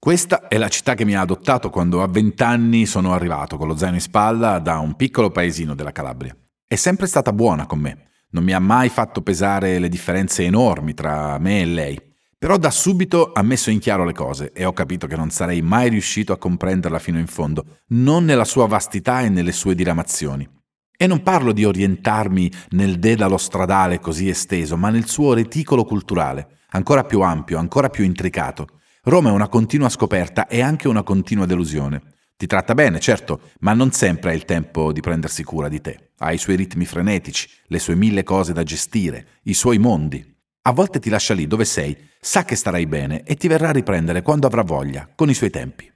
Questa è la città che mi ha adottato quando a 20 anni sono arrivato con lo zaino in spalla da un piccolo paesino della Calabria. È sempre stata buona con me, non mi ha mai fatto pesare le differenze enormi tra me e lei. Però da subito ha messo in chiaro le cose e ho capito che non sarei mai riuscito a comprenderla fino in fondo, non nella sua vastità e nelle sue diramazioni. E non parlo di orientarmi nel dedalo stradale così esteso, ma nel suo reticolo culturale, ancora più ampio, ancora più intricato. Roma è una continua scoperta e anche una continua delusione. Ti tratta bene, certo, ma non sempre hai il tempo di prendersi cura di te. Ha i suoi ritmi frenetici, le sue 1000 cose da gestire, i suoi mondi. A volte ti lascia lì dove sei, sa che starai bene e ti verrà a riprendere quando avrà voglia, con i suoi tempi.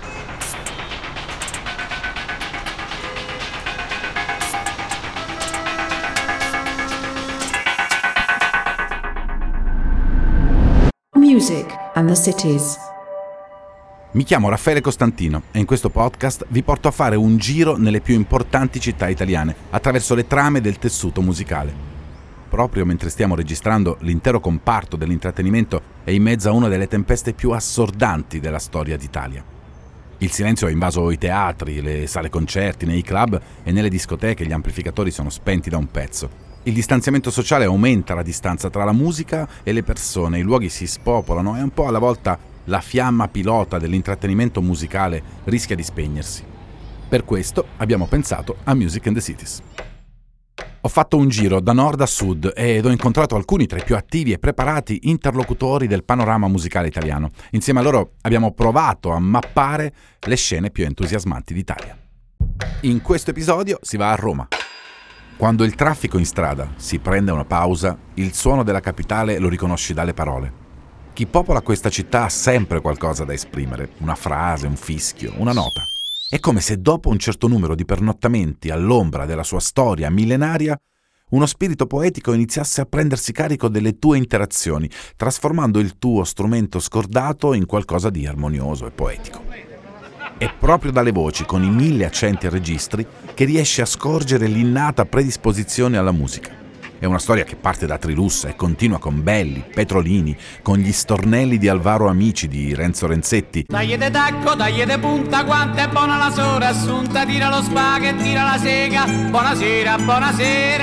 Music and the Cities. Mi chiamo Raffaele Costantino e in questo podcast vi porto a fare un giro nelle più importanti città italiane attraverso le trame del tessuto musicale. Proprio mentre stiamo registrando, l'intero comparto dell'intrattenimento è in mezzo a una delle tempeste più assordanti della storia d'Italia. Il silenzio ha invaso i teatri, le sale concerti, nei club e nelle discoteche gli amplificatori sono spenti da un pezzo. Il distanziamento sociale aumenta la distanza tra la musica e le persone, i luoghi si spopolano e un po' alla volta la fiamma pilota dell'intrattenimento musicale rischia di spegnersi. Per questo abbiamo pensato a Music and the Cities. Ho fatto un giro da nord a sud ed ho incontrato alcuni tra i più attivi e preparati interlocutori del panorama musicale italiano. Insieme a loro abbiamo provato a mappare le scene più entusiasmanti d'Italia. In questo episodio si va a Roma. Quando il traffico in strada si prende una pausa, il suono della capitale lo riconosci dalle parole. Chi popola questa città ha sempre qualcosa da esprimere, una frase, un fischio, una nota. È come se dopo un certo numero di pernottamenti all'ombra della sua storia millenaria, uno spirito poetico iniziasse a prendersi carico delle tue interazioni, trasformando il tuo strumento scordato in qualcosa di armonioso e poetico. È proprio dalle voci, con i 1000 accenti e registri, che riesce a scorgere l'innata predisposizione alla musica. È una storia che parte da Trilussa e continua con Belli, Petrolini, con gli stornelli di Alvaro Amici, di Renzo Renzetti. Dagli de tacco, dagli de punta, quanto è buona la sora assunta, tira lo spago e tira la sega, buonasera, buonasera.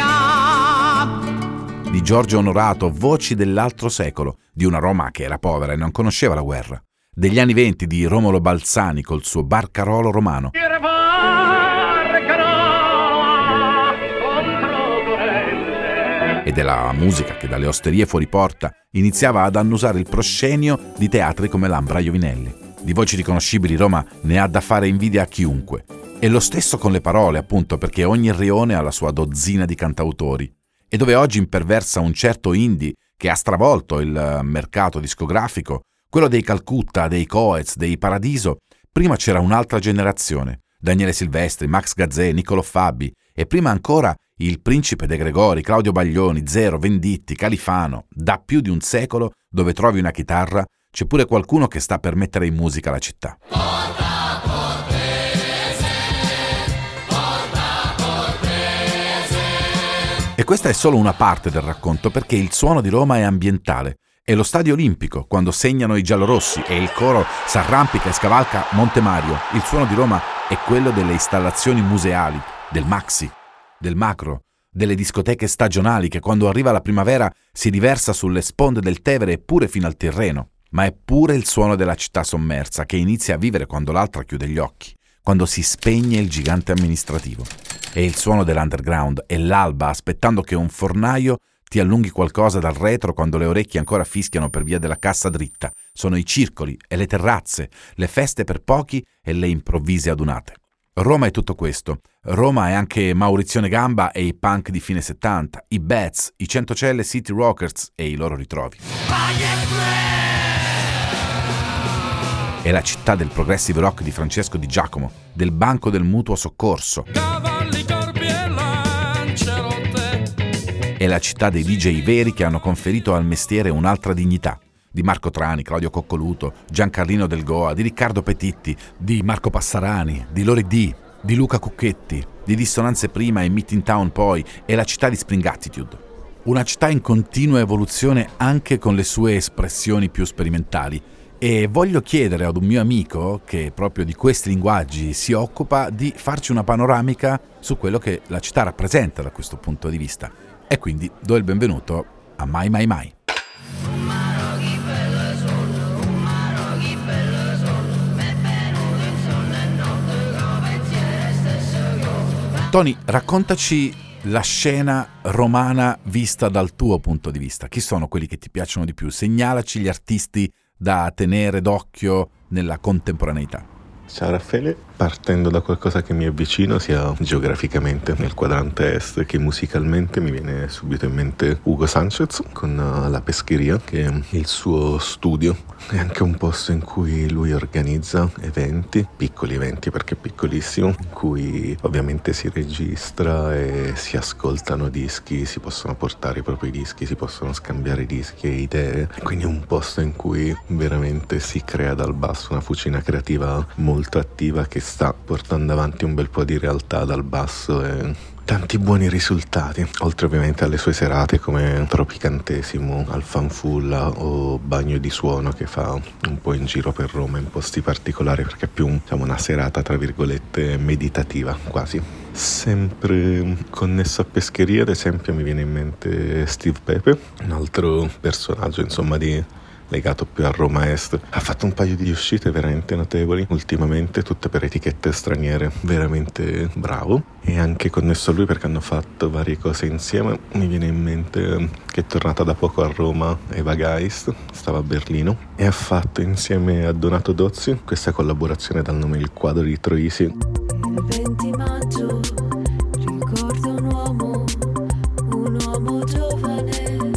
Di Giorgio Onorato, voci dell'altro secolo, di una Roma che era povera e non conosceva la guerra. Degli anni 20 di Romolo Balzani col suo Barcarolo romano. E della musica che dalle osterie fuori porta iniziava ad annusare il proscenio di teatri come l'Ambra Iovinelli. Di voci riconoscibili Roma ne ha da fare invidia a chiunque. E lo stesso con le parole, appunto, perché ogni rione ha la sua dozzina di cantautori. E dove oggi imperversa un certo indie che ha stravolto il mercato discografico, quello dei Calcutta, dei Coez, dei Paradiso, prima c'era un'altra generazione. Daniele Silvestri, Max Gazzè, Niccolò Fabi e prima ancora il Principe De Gregori, Claudio Baglioni, Zero, Venditti, Califano. Da più di un secolo, dove trovi una chitarra, c'è pure qualcuno che sta per mettere in musica la città. E questa è solo una parte del racconto, perché il suono di Roma è ambientale. È lo Stadio Olimpico, quando segnano i giallorossi e il coro s'arrampica e scavalca Monte Mario. Il suono di Roma è quello delle installazioni museali, del Maxi, del Macro, delle discoteche stagionali che quando arriva la primavera si riversa sulle sponde del Tevere e pure fino al Tirreno. Ma è pure il suono della città sommersa che inizia a vivere quando l'altra chiude gli occhi, quando si spegne il gigante amministrativo. È il suono dell'underground, è l'alba aspettando che un fornaio ti allunghi qualcosa dal retro quando le orecchie ancora fischiano per via della cassa dritta. Sono i circoli e le terrazze, le feste per pochi e le improvvise adunate. Roma è tutto questo. Roma è anche Maurizione Gamba e i punk di fine 70, i Bats, i Centocelle City Rockers e i loro ritrovi. È la città del progressive rock di Francesco Di Giacomo, del Banco del Mutuo Soccorso. È la città dei DJ veri che hanno conferito al mestiere un'altra dignità. Di Marco Trani, Claudio Coccoluto, Giancarlino Del Goa, di Riccardo Petitti, di Marco Passarani, di Lori D, di Luca Cucchetti, di Dissonanze prima e Meet in Town poi. È la città di Spring Attitude. Una città in continua evoluzione anche con le sue espressioni più sperimentali. E voglio chiedere ad un mio amico che proprio di questi linguaggi si occupa di farci una panoramica su quello che la città rappresenta da questo punto di vista. E quindi do il benvenuto a Mai Mai Mai. Tony, raccontaci la scena romana vista dal tuo punto di vista. Chi sono quelli che ti piacciono di più? Segnalaci gli artisti da tenere d'occhio nella contemporaneità. Ciao Raffaele, partendo da qualcosa che mi è vicino sia geograficamente nel quadrante est che musicalmente, mi viene subito in mente Hugo Sanchez con La Pescheria, che è il suo studio, è anche un posto in cui lui organizza eventi, piccoli eventi perché è piccolissimo, in cui ovviamente si registra e si ascoltano dischi, si possono portare i propri dischi, si possono scambiare dischi e idee, quindi è un posto in cui veramente si crea dal basso una fucina creativa molto attiva che sta portando avanti un bel po' di realtà dal basso e tanti buoni risultati, oltre ovviamente alle sue serate come Tropicantesimo, al Fanfulla o Bagno di Suono, che fa un po' in giro per Roma in posti particolari perché è più una serata tra virgolette meditativa quasi. Sempre connesso a Pescheria, ad esempio, mi viene in mente Steve Pepe, un altro personaggio legato più a Roma Est. Ha fatto un paio di uscite veramente notevoli ultimamente, tutte per etichette straniere, veramente bravo. E anche connesso a lui perché hanno fatto varie cose insieme, mi viene in mente che è tornata da poco a Roma Eva Geist, stava a Berlino, e ha fatto insieme a Donato Dozzi questa collaborazione dal nome Il Quadro di Troisi. Il 20 maggio ricordo un uomo giovane.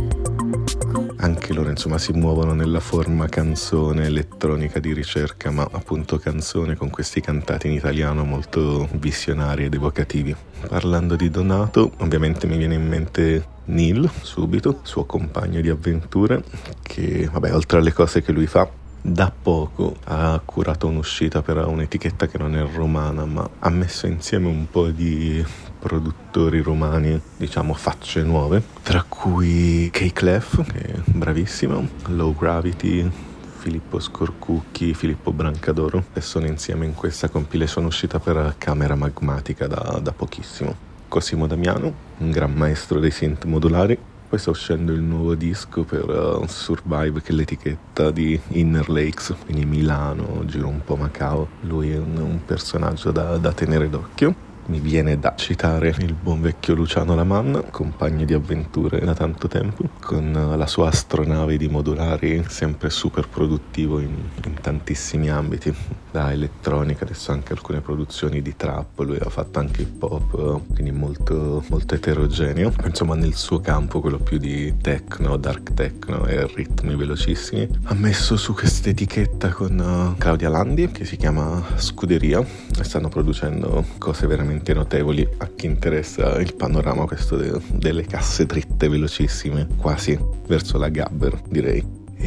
Anche loro si muovono nella forma canzone elettronica di ricerca, ma appunto canzone con questi cantati in italiano molto visionari ed evocativi. Parlando di Donato, ovviamente mi viene in mente Neil, subito, suo compagno di avventure, che oltre alle cose che lui fa, da poco ha curato un'uscita per un'etichetta che non è romana, ma ha messo insieme un po' di produttori romani, facce nuove, tra cui K-Clef, che è bravissimo, Low Gravity, Filippo Scorcucchi, Filippo Brancadoro, e sono insieme in questa compilation uscita per Camera Magmatica da pochissimo. Cosimo Damiano, un gran maestro dei synth modulari. Poi sta uscendo il nuovo disco per Survive, che è l'etichetta di Inner Lakes, quindi Milano, giro un po' Macao. Lui è un personaggio da tenere d'occhio. Mi viene da citare il buon vecchio Luciano Lamanna, compagno di avventure da tanto tempo, con la sua astronave di modulari, sempre super produttivo in tantissimi ambiti, da elettronica, adesso anche alcune produzioni di trap, lui ha fatto anche hip hop, quindi molto, molto eterogeneo, nel suo campo, quello più di techno, dark techno e ritmi velocissimi. Ha messo su questa etichetta con Claudia Landi, che si chiama Scuderia, e stanno producendo cose veramente notevoli a chi interessa il panorama questo delle casse dritte velocissime, quasi verso la gabber, direi.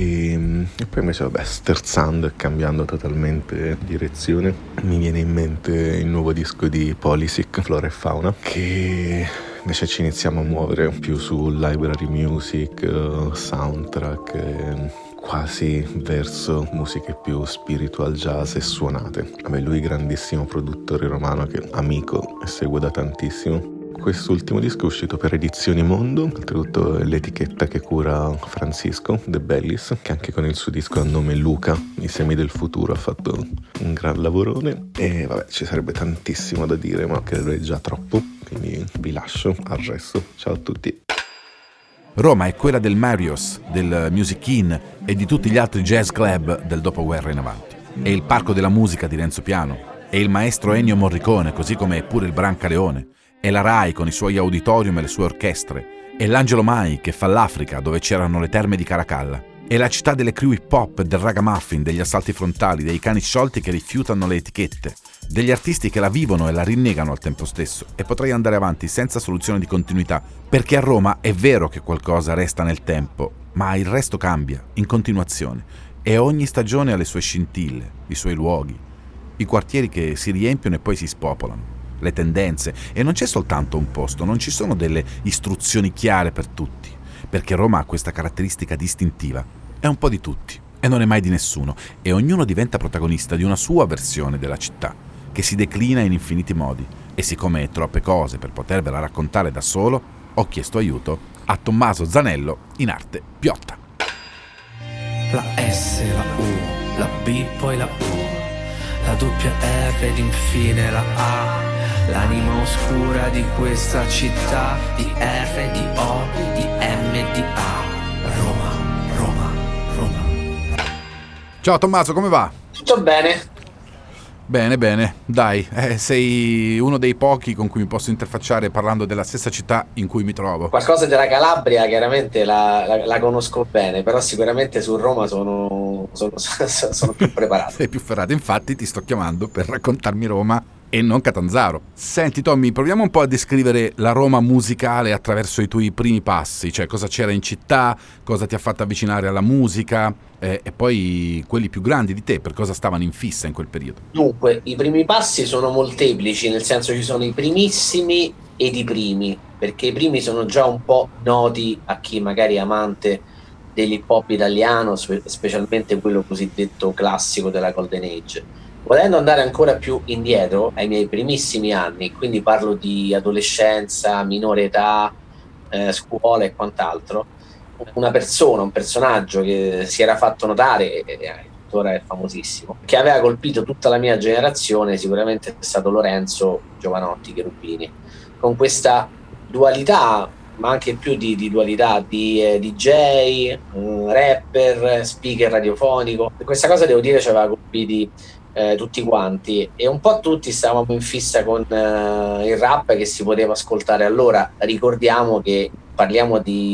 E poi invece sterzando e cambiando totalmente direzione, mi viene in mente il nuovo disco di Polisic, Flora e Fauna, che invece ci iniziamo a muovere più su library music, soundtrack, quasi verso musiche più spiritual jazz e suonate. Lui grandissimo produttore romano, che amico e seguo da tantissimo. Quest'ultimo disco è uscito per Edizioni Mondo, oltretutto è l'etichetta che cura Francisco De Bellis, che anche con il suo disco a nome Luca, I semi del futuro, ha fatto un gran lavorone. E ci sarebbe tantissimo da dire, ma credo è già troppo, quindi vi lascio al resto. Ciao a tutti. Roma è quella del Marios, del Music Inn e di tutti gli altri jazz club del dopoguerra in avanti. È il Parco della Musica di Renzo Piano, è il maestro Ennio Morricone, così come pure il Brancaleone, è la Rai con i suoi auditorium e le sue orchestre, è l'Angelo Mai che fa l'Africa dove c'erano le terme di Caracalla, è la città delle crew hip hop, del ragamuffin, degli assalti frontali, dei cani sciolti che rifiutano le etichette, degli artisti che la vivono e la rinnegano al tempo stesso, e potrei andare avanti senza soluzione di continuità, perché a Roma è vero che qualcosa resta nel tempo, ma il resto cambia, in continuazione, e ogni stagione ha le sue scintille, i suoi luoghi, i quartieri che si riempiono e poi si spopolano, le tendenze, e non c'è soltanto un posto, non ci sono delle istruzioni chiare per tutti, perché Roma ha questa caratteristica distintiva, è un po' di tutti, e non è mai di nessuno, e ognuno diventa protagonista di una sua versione della città, che si declina in infiniti modi. E siccome è troppe cose per potervela raccontare da solo, ho chiesto aiuto a Tommaso Zanello, in arte Piotta. La S, la U, la B, poi la U, la doppia R ed infine la A, l'anima oscura di questa città, di R, di O, di M e di A. Roma, Roma, Roma. Ciao Tommaso, come va? Tutto bene? Bene, bene, dai, sei uno dei pochi con cui mi posso interfacciare parlando della stessa città in cui mi trovo. Qualcosa della Calabria chiaramente la conosco bene, però sicuramente su Roma sono più preparato. Sei più ferrato, infatti ti sto chiamando per raccontarmi Roma e non Catanzaro. Senti Tommy, proviamo un po' a descrivere la Roma musicale attraverso i tuoi primi passi, cioè cosa c'era in città, cosa ti ha fatto avvicinare alla musica e poi quelli più grandi di te, per cosa stavano in fissa in quel periodo. Dunque, i primi passi sono molteplici, nel senso ci sono i primissimi ed i primi, perché i primi sono già un po' noti a chi magari è amante dell'hip hop italiano, specialmente quello cosiddetto classico della Golden Age. Volendo andare ancora più indietro, ai miei primissimi anni, quindi parlo di adolescenza, minore età, scuola e quant'altro, un personaggio che si era fatto notare e tuttora è famosissimo, che aveva colpito tutta la mia generazione, sicuramente è stato Lorenzo Giovanotti Cherubini, con questa dualità, ma anche più di dualità, di DJ, rapper, speaker radiofonico. Questa cosa devo dire ci aveva colpiti tutti quanti, e un po' tutti stavamo in fissa con il rap che si poteva ascoltare allora. Ricordiamo che parliamo di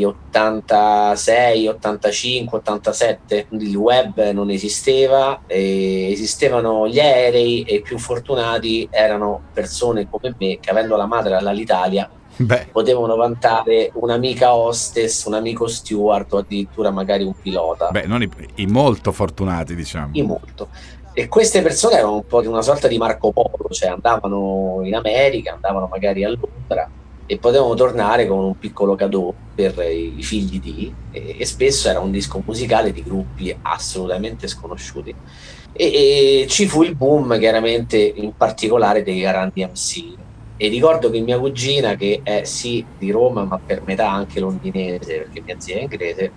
86, 85, 87, il web non esisteva, esistevano gli aerei e i più fortunati erano persone come me che, avendo la madre all'Alitalia, potevano vantare un'amica hostess, un amico steward o addirittura magari un pilota. Non i molto fortunati, diciamo. I molto. E queste persone erano un po' di una sorta di Marco Polo, cioè andavano in America, andavano magari a Londra e potevano tornare con un piccolo cadeau per i figli di, e spesso era un disco musicale di gruppi assolutamente sconosciuti. E ci fu il boom, chiaramente, in particolare dei grandi MC. E ricordo che mia cugina, che è sì di Roma ma per metà anche londinese, perché mia zia è inglese,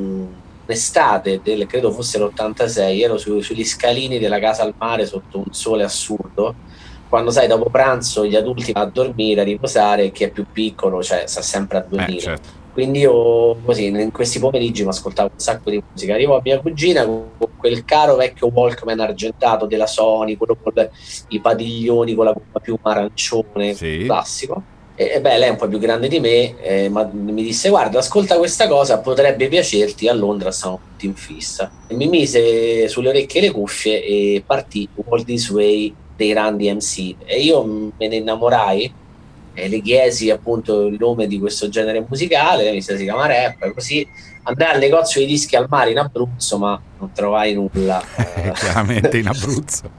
un'estate del, credo fosse l'86, ero sugli scalini della casa al mare sotto un sole assurdo, quando sai, dopo pranzo gli adulti vanno a dormire, a riposare, e chi è più piccolo sta sempre a dormire. Certo. Quindi io così in questi pomeriggi mi ascoltavo un sacco di musica. Arrivo a mia cugina con quel caro vecchio Walkman argentato della Sony, quello con i padiglioni con la gomma piuma arancione, sì, classico. E lei è un po' più grande di me, ma mi disse: guarda, ascolta questa cosa, potrebbe piacerti, a Londra stiamo tutti in fissa. E mi mise sulle orecchie le cuffie e partì All This Way dei grandi MC, e io me ne innamorai. Le chiesi appunto il nome di questo genere musicale, mi si chiama rap, così andai al negozio di dischi al mare in Abruzzo, ma non trovai nulla. Chiaramente in Abruzzo.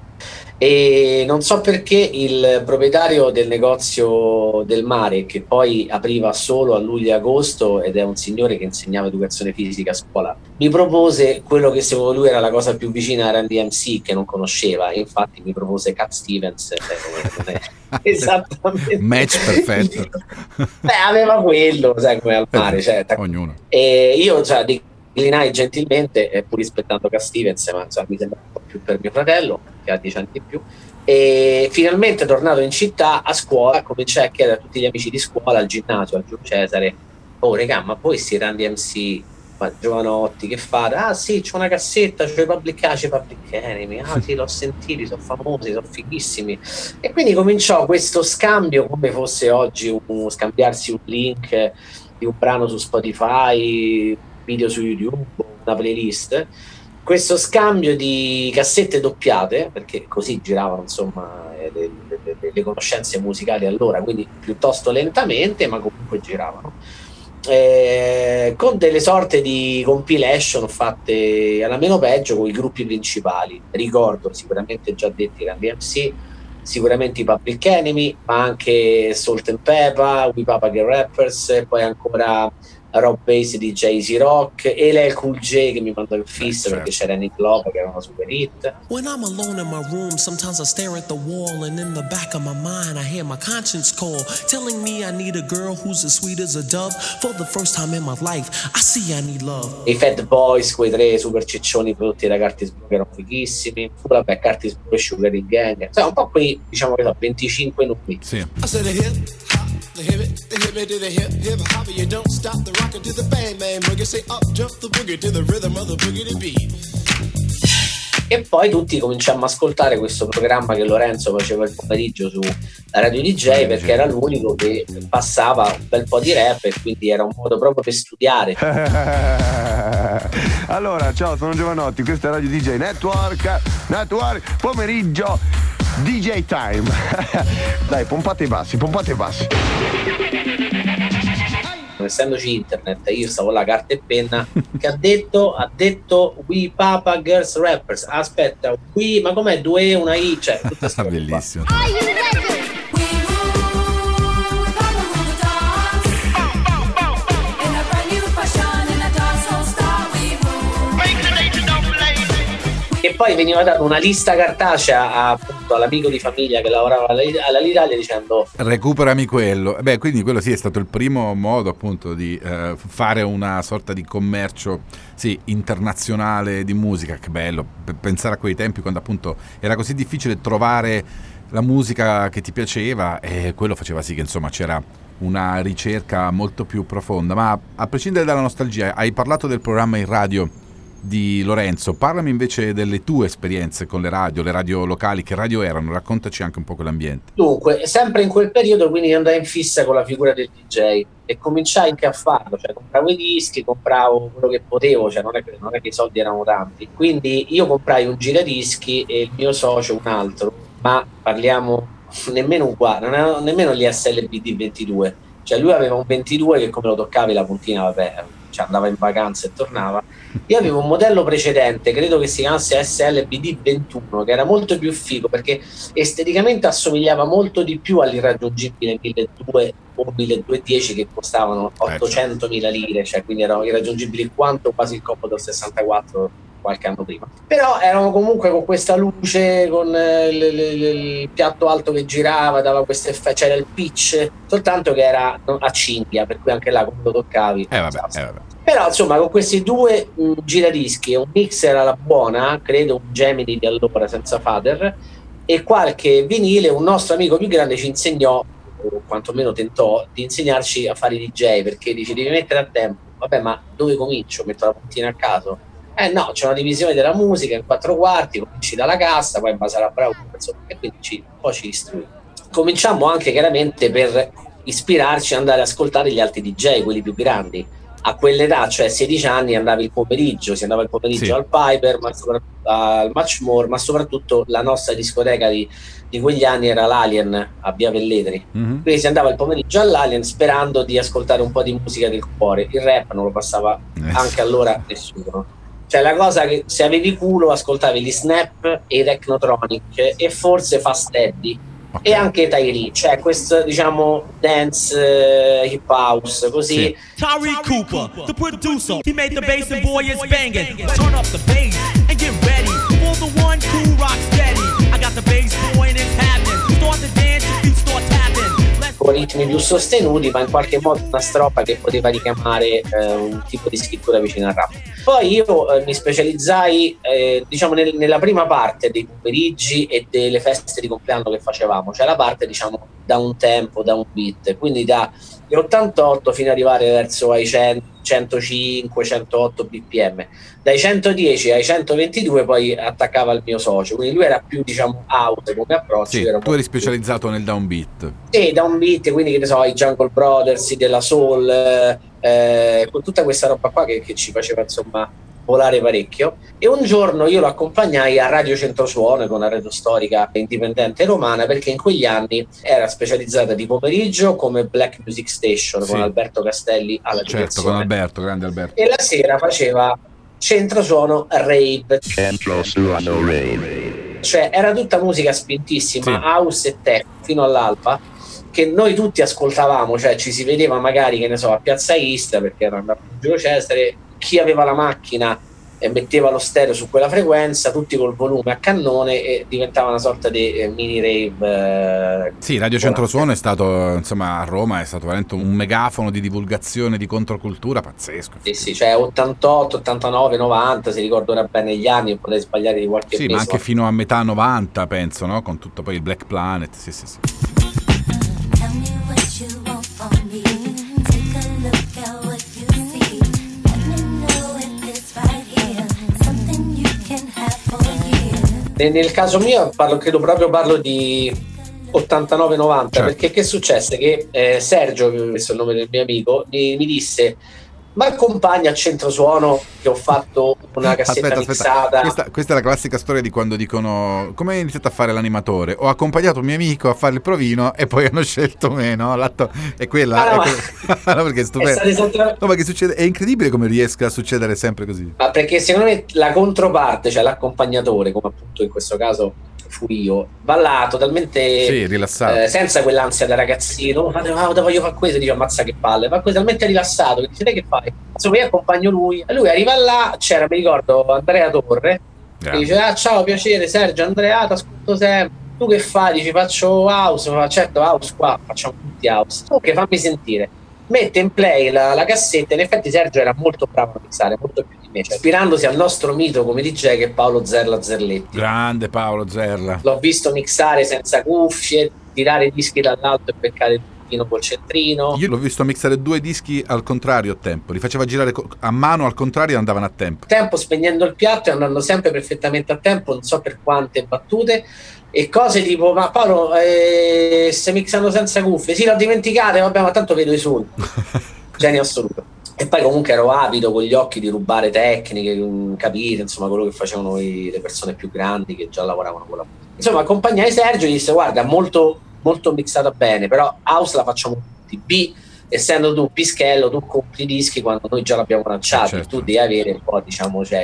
E non so perché il proprietario del negozio del mare, che poi apriva solo a luglio e agosto, ed è un signore che insegnava educazione fisica a scuola, mi propose quello che secondo lui era la cosa più vicina a Randy MC, che non conosceva. Infatti mi propose Cat Stevens, non è esattamente match perfetto. Aveva quello, sai, come al mare, ognuno. E io declinai gentilmente, pur rispettando Cat Stevens, ma mi sembra un po' più per mio fratello, che ha 10 anni in più. E finalmente, tornato in città, a scuola, cominciai a chiedere a tutti gli amici di scuola, al ginnasio, al Giulio Cesare: oh regà, ma voi sti Randy MC, ma Giovanotti, che fate? Ah sì, c'ho una cassetta, c'ho i Public Enemy, ah sì, l'ho sentiti, sono famosi, sono fighissimi. E quindi cominciò questo scambio, come fosse oggi scambiarsi un link di un brano su Spotify, video su YouTube, una playlist. Questo scambio di cassette doppiate, perché così giravano insomma le conoscenze musicali allora, quindi piuttosto lentamente, ma comunque giravano, con delle sorte di compilation fatte alla meno peggio con i gruppi principali. Ricordo sicuramente già detti Randy MC, sicuramente i Public Enemy, ma anche Salt and Pepper, We Papa Get Rappers, e poi ancora Rob Bass di Jay-Z Rock, e LL Cool J che mi mandò in fissa perché c'era Nick Love che era una super hit. When I'm alone in my room, sometimes I stare at the wall, and in the back of my mind I hear my conscience call, telling me I need a girl who's as sweet as a dove. For the first time in my life, I see I need love. I Fat Boys, quei 3 super ciccioni prodotti da Curtis Blow che erano fighissimi. Vabbè, Curtis Blow e Sugar Hill Gang, cioè un po' quei, diciamo che so, 25 nomi. Sì. I said the hip me to the hip hop, you don't stop the rockin' to the bang bang boogie, say up jump the boogie to the rhythm of the boogie beat. E poi tutti cominciamo a ascoltare questo programma che Lorenzo faceva il pomeriggio su Radio DJ, perché era l'unico che passava un bel po' di rap e quindi era un modo proprio per studiare. Allora, ciao, sono Giovanotti, questa è Radio DJ Network, pomeriggio DJ Time. Dai, pompate i bassi. Essendoci internet, io stavo là carta e penna, che ha detto We Papa Girls Rappers. Aspetta, We, ma com'è? 2 una I, cioè bellissimo. E poi veniva data una lista cartacea appunto all'amico di famiglia che lavorava all'Italia dicendo recuperami quello. Beh, quindi quello sì è stato il primo modo appunto di fare una sorta di commercio internazionale di musica. Che bello pensare a quei tempi quando appunto era così difficile trovare la musica che ti piaceva, e quello faceva sì che insomma c'era una ricerca molto più profonda. Ma a prescindere dalla nostalgia, hai parlato del programma in radio di Lorenzo, parlami invece delle tue esperienze con le radio locali. Che radio erano? Raccontaci anche un po' quell'ambiente. Dunque, sempre in quel periodo quindi andai in fissa con la figura del DJ e cominciai anche a farlo, cioè compravo i dischi, compravo quello che potevo, cioè non è che i soldi erano tanti, quindi io comprai un giradischi e il mio socio un altro, ma parliamo nemmeno uguale, non erano nemmeno gli SLBD 22, cioè lui aveva un 22 che come lo toccavi la puntina, vabbè, cioè andava in vacanza e tornava. Io avevo un modello precedente, credo che si chiamasse SLBD 21, che era molto più figo perché esteticamente assomigliava molto di più all'irraggiungibile 1200 o 1210 che costavano 800.000 lire, cioè quindi erano irraggiungibili quanto quasi il Commodore 64 qualche anno prima. Però erano comunque con questa luce, con il piatto alto che girava, dava questo effetto, c'era il pitch, soltanto che era a cinghia, per cui anche là quando lo toccavi vabbè. Però insomma con questi 2 giradischi e un mixer alla buona, credo un Gemini di allora senza fader, e qualche vinile, un nostro amico più grande ci insegnò, o quantomeno tentò di insegnarci a fare i DJ, perché dice devi mettere a tempo. Vabbè, ma dove comincio? Metto la puntina a caso? No, c'è una divisione della musica in 4 quarti, cominci dalla cassa, poi in base alla bravura, insomma, e quindi poi ci istruì. Cominciamo anche chiaramente per ispirarci ad andare ad ascoltare gli altri DJ, quelli più grandi. A quell'età, cioè 16 anni, andavi il pomeriggio, si andava il pomeriggio al Piper, ma soprattutto al Much More, ma soprattutto la nostra discoteca di quegli anni era l'Alien a Via Velletri. Quindi si andava il pomeriggio all'Alien sperando di ascoltare un po' di musica del cuore. Il rap non lo passava anche allora nessuno. Cioè la cosa che se avevi culo ascoltavi gli Snap e i Technotronic e forse Fast Eddie. E anche Tyree, cioè questo diciamo dance hip house così. Tyree Cooper, the producer, he made the bass and boy is banging. Turn up the bass and get ready for the one cool rock steady. I got the bass boy and it's happening. Start to dance, you start tapping. Con ritmi più sostenuti, ma in qualche modo una strofa che poteva richiamare un tipo di scrittura vicina al rap. Poi io mi specializzai diciamo nella prima parte dei pomeriggi e delle feste di compleanno che facevamo, cioè la parte diciamo da un tempo, da un beat, quindi dagli 88 fino ad arrivare verso ai 105, 108 bpm. Dai 110 ai 122 poi attaccava il mio socio, quindi lui era più diciamo out come approccio. Sì, tu eri specializzato nel downbeat. Sì, downbeat, quindi che ne so, i Jungle Brothers, i della Soul, con tutta questa roba qua che ci faceva insomma volare parecchio. E un giorno io lo accompagnai a Radio Centrosuono, con una radio storica indipendente romana, perché in quegli anni era specializzata di pomeriggio come Black Music Station, con Alberto Castelli alla direzione. Certo, con Alberto, grande Alberto. E la sera faceva Centrosuono Rave. Centrosuono Rave. Cioè era tutta musica spintissima, house e techno fino all'alba, che noi tutti ascoltavamo, cioè ci si vedeva magari, che ne so, a Piazza Istra, perché era andato a Giulio Cesare, chi aveva la macchina e metteva lo stereo su quella frequenza, tutti col volume a cannone, e diventava una sorta di mini rave. Sì, Radio Centrosuono è stato, insomma, a Roma è stato veramente un megafono di divulgazione di controcultura pazzesco. Sì, cioè 88, 89, 90, se ricordo ora bene gli anni, potrei sbagliare di qualche mese. Sì, ma anche fino a metà 90, penso, no? Con tutto poi il Black Planet, sì. Nel caso mio parlo di 89-90, certo. Perché che successe? Che Sergio, questo è il nome del mio amico, mi disse: ma accompagna a Centrosuono, che ho fatto una cassetta mixata. Questa è la classica storia di quando dicono: come hai iniziato a fare l'animatore? Ho accompagnato un mio amico a fare il provino e poi hanno scelto me, no? L'atto è quella. No, perché è stupendo. No, perché succede, è incredibile come riesca a succedere sempre così. Ma perché secondo me la controparte, cioè l'accompagnatore, come appunto in questo caso fu io, va là totalmente rilassato, senza quell'ansia da ragazzino, voglio fare questo, dice ammazza che palle, ma talmente rilassato che dice: che fai? Insomma, io accompagno lui e lui arriva là, c'era, mi ricordo, Andrea Torre, che dice: ciao, piacere Sergio, Andrea, ti ascolto sempre, tu che fai? Dici: faccio house. Ma certo, house qua, facciamo tutti house. Ok, fammi sentire. Mette in play la cassetta. In effetti Sergio era molto bravo a mixare, molto più di me, cioè, ispirandosi al nostro mito come DJ, che è Paolo Zerla Zerletti. Grande Paolo Zerla. L'ho visto mixare senza cuffie, tirare i dischi dall'alto e beccare il puntino col centrino. Io l'ho visto mixare 2 dischi al contrario a tempo, li faceva girare a mano al contrario e andavano a tempo. Spegnendo il piatto e andando sempre perfettamente a tempo, non so per quante battute. E cose tipo: ma Paolo, stai mixando senza cuffie? Sì, l'ho dimenticate, vabbè, ma tanto vedo i suoni. Genio assoluto. E poi comunque ero avido con gli occhi di rubare tecniche, capire, insomma, quello che facevano le persone più grandi che già lavoravano con la musica. Insomma, accompagnai Sergio e gli disse: guarda, molto, molto mixata bene, però house la facciamo tutti. B, essendo tu pischello, tu compri i dischi quando noi già l'abbiamo lanciati, certo. Tu devi avere un po', diciamo, cioè,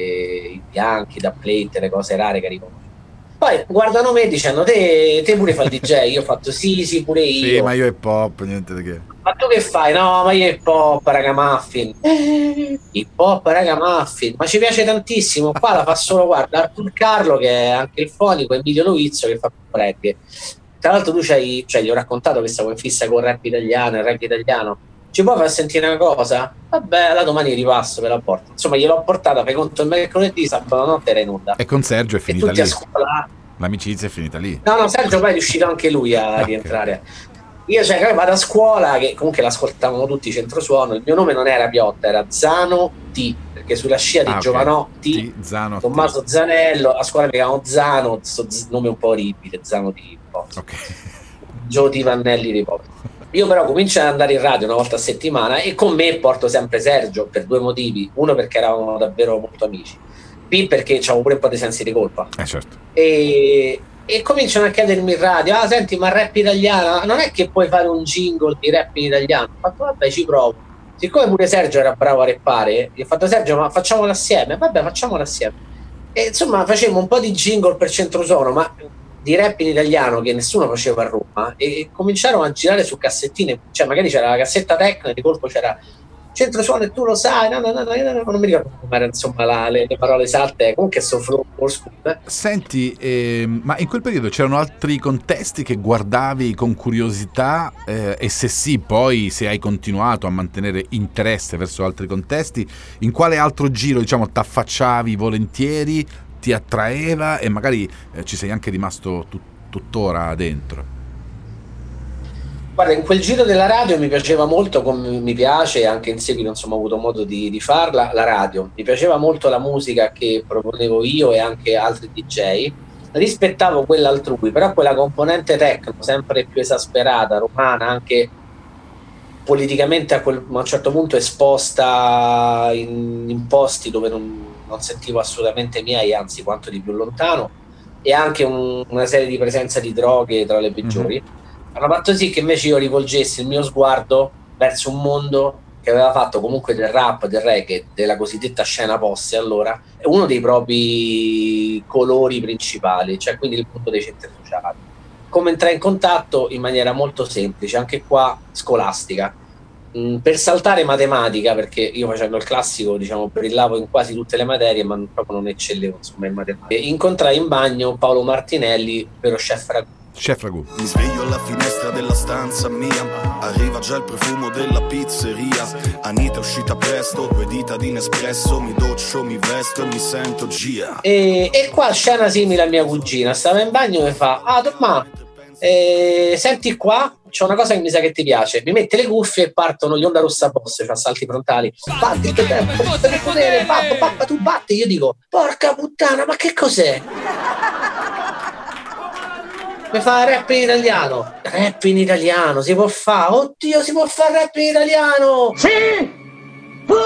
i bianchi da plate, le cose rare che arrivano. Poi guardano me dicendo: te pure fai il DJ? Io ho fatto sì, pure io. Sì, ma io è pop, niente di che. Ma tu che fai? No, ma io è pop, ragamuffin. Hip hop, ragamuffin. Ma ci piace tantissimo. Qua la fa solo, guarda, Artur Carlo, che è anche il fonico, e Emilio Lovizzo, che fa reggae. Tra l'altro tu gli ho raccontato che stavo in fissa con il rap italiano, il reggae italiano. Ci puoi far sentire una cosa? Vabbè, la domani ripasso, ve la porto. Insomma, gliel'ho portata, fai conto, il mercoledì, sabato notte era in onda. E con Sergio è finita tutti lì. A scuola. L'amicizia è finita lì. No, Sergio poi è riuscito anche lui a rientrare. Io, cioè, vado a scuola, che comunque l'ascoltavano tutti, Centrosuono. Il mio nome non era Piotta, era Zano T, perché sulla scia di Giovanotti, Tommaso Zanello, a scuola mi chiamavano Zano, questo nome un po' orribile, Zano T. Gio Di Vannelli di Pop. Io però comincio ad andare in radio una volta a settimana e con me porto sempre Sergio per 2 motivi. Uno, perché eravamo davvero molto amici. B, perché c'avevo pure un po' di sensi di colpa. Certo. E cominciano a chiedermi in radio: senti, ma rap italiano, non è che puoi fare un jingle di rap in italiano? Ho fatto: vabbè, ci provo. Siccome pure Sergio era bravo a rappare, gli ho fatto: Sergio, ma facciamolo assieme? Vabbè, facciamolo assieme. E insomma facevamo un po' di jingle per Centrosuono, ma di rap in italiano che nessuno faceva a Roma, e cominciarono a girare su cassettine, cioè magari c'era la cassetta techno e di colpo c'era Centrosuono e tu lo sai, no, non mi ricordo come era, insomma, le parole esatte, comunque sto flow old school. Senti, ma in quel periodo c'erano altri contesti che guardavi con curiosità, e se sì, poi se hai continuato a mantenere interesse verso altri contesti, in quale altro giro, diciamo, t'affacciavi volentieri, ti attraeva e magari ci sei anche rimasto tuttora dentro? Guarda, in quel giro della radio mi piaceva molto, come mi piace, anche in seguito insomma ho avuto modo di farla, la radio. Mi piaceva molto la musica che proponevo io e anche altri DJ. Rispettavo quella altrui, però quella componente techno sempre più esasperata, romana, anche politicamente a un certo punto esposta in posti dove non sentivo assolutamente miei, anzi quanto di più lontano, e anche una serie di presenza di droghe tra le peggiori. Hanno fatto sì che invece io rivolgessi il mio sguardo verso un mondo che aveva fatto comunque del rap, del reggae, della cosiddetta scena posse, allora, uno dei propri colori principali, cioè quindi il punto dei centri sociali. come entrare in contatto in maniera molto semplice, anche qua scolastica. Per saltare matematica, perché io facendo il classico, diciamo, brillavo in quasi tutte le materie, ma proprio non eccellevo, insomma, in matematica. Incontrai in bagno Paolo Martinelli, ovvero Chef Ragù. Mi sveglio alla finestra della stanza mia, arriva già il profumo della pizzeria. Anita è uscita presto, 2 dita di Nespresso, mi doccio, mi vesto e mi sento Gia. E qua scena simile a mia cugina, stava in bagno e fa: Tomma, senti qua, c'è una cosa che mi sa che ti piace. Mi mette le cuffie e partono gli Onda Rossa Boss, cioè salti frontali. Batti, potere, tu batti. Io dico: porca puttana, ma che cos'è? Mi fa rap in italiano. Rap in italiano si può fare? Oddio, si può fare rap in italiano? Sì! Può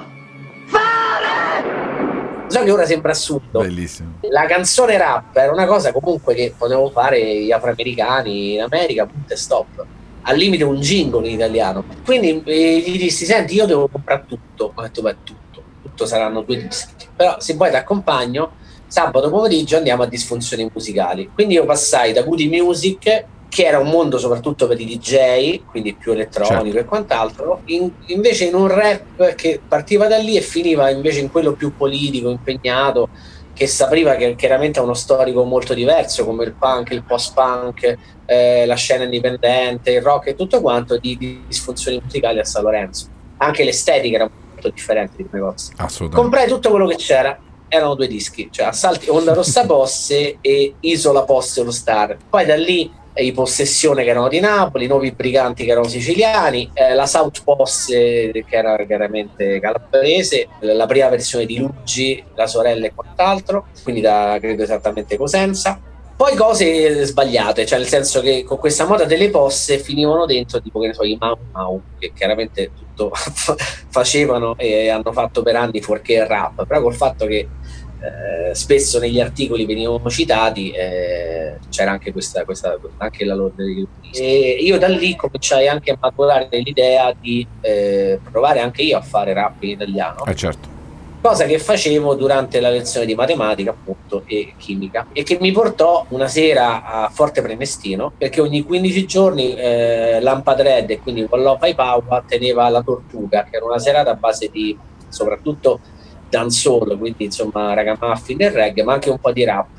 fare! So che ora sembra assurdo. Bellissimo. La canzone rap era una cosa comunque che potevano fare gli afroamericani in America, punto e stop. Al limite un jingle in italiano. Quindi gli dissi: senti, io devo comprare tutto. Ho detto: beh, tutto saranno 2 dischi. Però se vuoi ti accompagno. Sabato pomeriggio andiamo a Disfunzioni Musicali. Quindi io passai da Goody Music, che era un mondo soprattutto per i DJ, quindi più elettronico, certo, e quant'altro, invece in un rap che partiva da lì e finiva invece in quello più politico, impegnato, che sapeva che chiaramente ha uno storico molto diverso, come il punk, il post-punk, la scena indipendente, il rock e tutto quanto, di Disfunzioni Musicali a San Lorenzo. Anche l'estetica era molto differente di quei negozi. Assolutamente. Comprai tutto quello che c'era. Erano 2 dischi, cioè Assalti Onda Rossa Posse e Isola Posse All Star. Poi da lì i Possessione, che erano di Napoli, i Nuovi Briganti, che erano siciliani, la South Posse, che era chiaramente calabrese, la prima versione di Luigi, la sorella e quant'altro, quindi da credo esattamente Cosenza. Poi cose sbagliate, cioè nel senso che con questa moda delle posse finivano dentro tipo, che ne so, i Mau Mau, che chiaramente tutto facevano e hanno fatto per anni fuorché il rap, però col fatto che spesso negli articoli venivano citati, c'era anche questa anche la loro. E io da lì cominciai anche a maturare l'idea di provare anche io a fare rap in italiano. Certo. Cosa che facevo durante la lezione di matematica, appunto, e chimica, e che mi portò una sera a Forte Prenestino, perché ogni 15 giorni Lampadred, e quindi Wallova e Paua, teneva la Tortuga, che era una serata a base di soprattutto dancehall, quindi insomma ragamuffin e reggae, ma anche un po' di rap.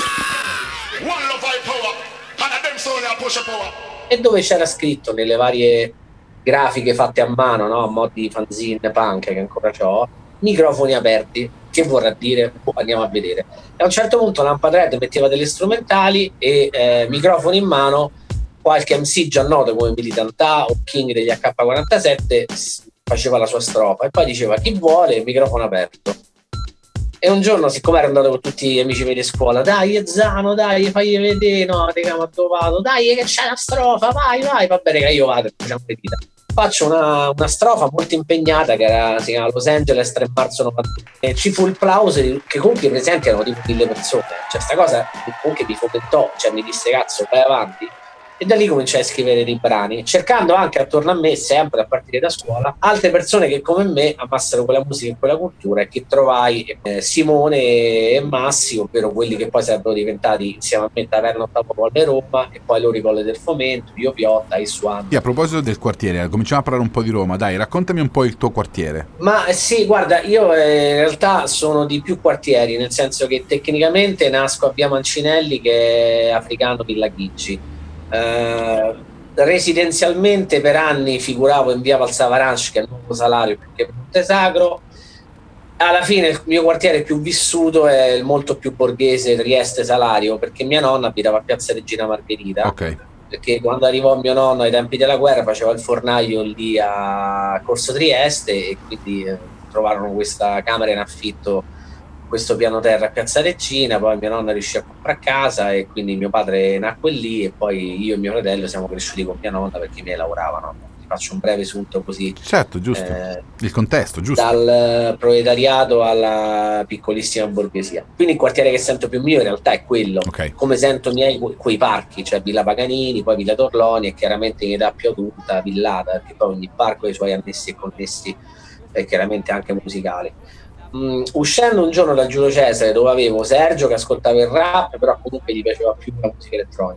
E dove c'era scritto nelle varie grafiche fatte a mano, no, a mo' di fanzine punk che ancora c'ho, microfoni aperti, che vorrà dire? Andiamo a vedere. E a un certo punto Lampadred metteva delle strumentali e microfoni in mano, qualche MC già noto come Militantà o King degli AK-47 faceva la sua strofa e poi diceva: chi vuole, microfono aperto. E un giorno, siccome ero andato con tutti gli amici miei di scuola: dai Zano, dai, fagli vedere, no, raga, ma dove vado? Dai che c'è la strofa, vai, va bene che io vado, facciamo le dita. Faccio una strofa molto impegnata che si chiama Los Angeles 3 marzo 91, e ci fu il plauso che comunque i presenti erano tipo 1000 persone, cioè sta cosa comunque mi fomentò, cioè mi disse: cazzo, vai avanti. E da lì cominciai a scrivere dei brani, cercando anche attorno a me, sempre a partire da scuola, altre persone che come me amassero quella musica e quella cultura, e che trovai Simone e Massi, ovvero quelli che poi sarebbero diventati insieme a me Taverna Ottavo Colle Roma, e poi Lori Colle del Fomento, Io Piotta e Swan. E a proposito del quartiere, cominciamo a parlare un po' di Roma, dai, raccontami un po' il tuo quartiere. Ma sì, guarda, io in realtà sono di più quartieri, nel senso che tecnicamente nasco a Via Mancinelli, che è Africano Villa Chigi. Residenzialmente per anni figuravo in via Valsavaranch, che è il nuovo Salario, perché Monte Sacro. Alla fine il mio quartiere più vissuto è il molto più borghese Trieste Salario, perché mia nonna abitava a Piazza Regina Margherita. Ok. Perché quando arrivò mio nonno ai tempi della guerra faceva il fornaio lì a Corso Trieste, e quindi trovarono questa camera in affitto, questo piano terra a Piazza Regina. Poi mio nonno riuscì a comprare casa e quindi mio padre nacque lì, e poi io e mio fratello siamo cresciuti con mia nonna perché i miei lavoravano. Ti faccio un breve sunto così. Certo, giusto. Il contesto, giusto. Dal proletariato alla piccolissima borghesia. Quindi il quartiere che sento più mio in realtà è quello. Okay. Come sento miei quei parchi, cioè Villa Paganini, poi Villa Torloni, e chiaramente in età più adulta Villata, perché poi ogni parco ha i suoi annessi e connessi, e chiaramente anche musicali. Uscendo un giorno da Giulio Cesare, dove avevo Sergio che ascoltava il rap, però comunque gli piaceva più la musica elettronica,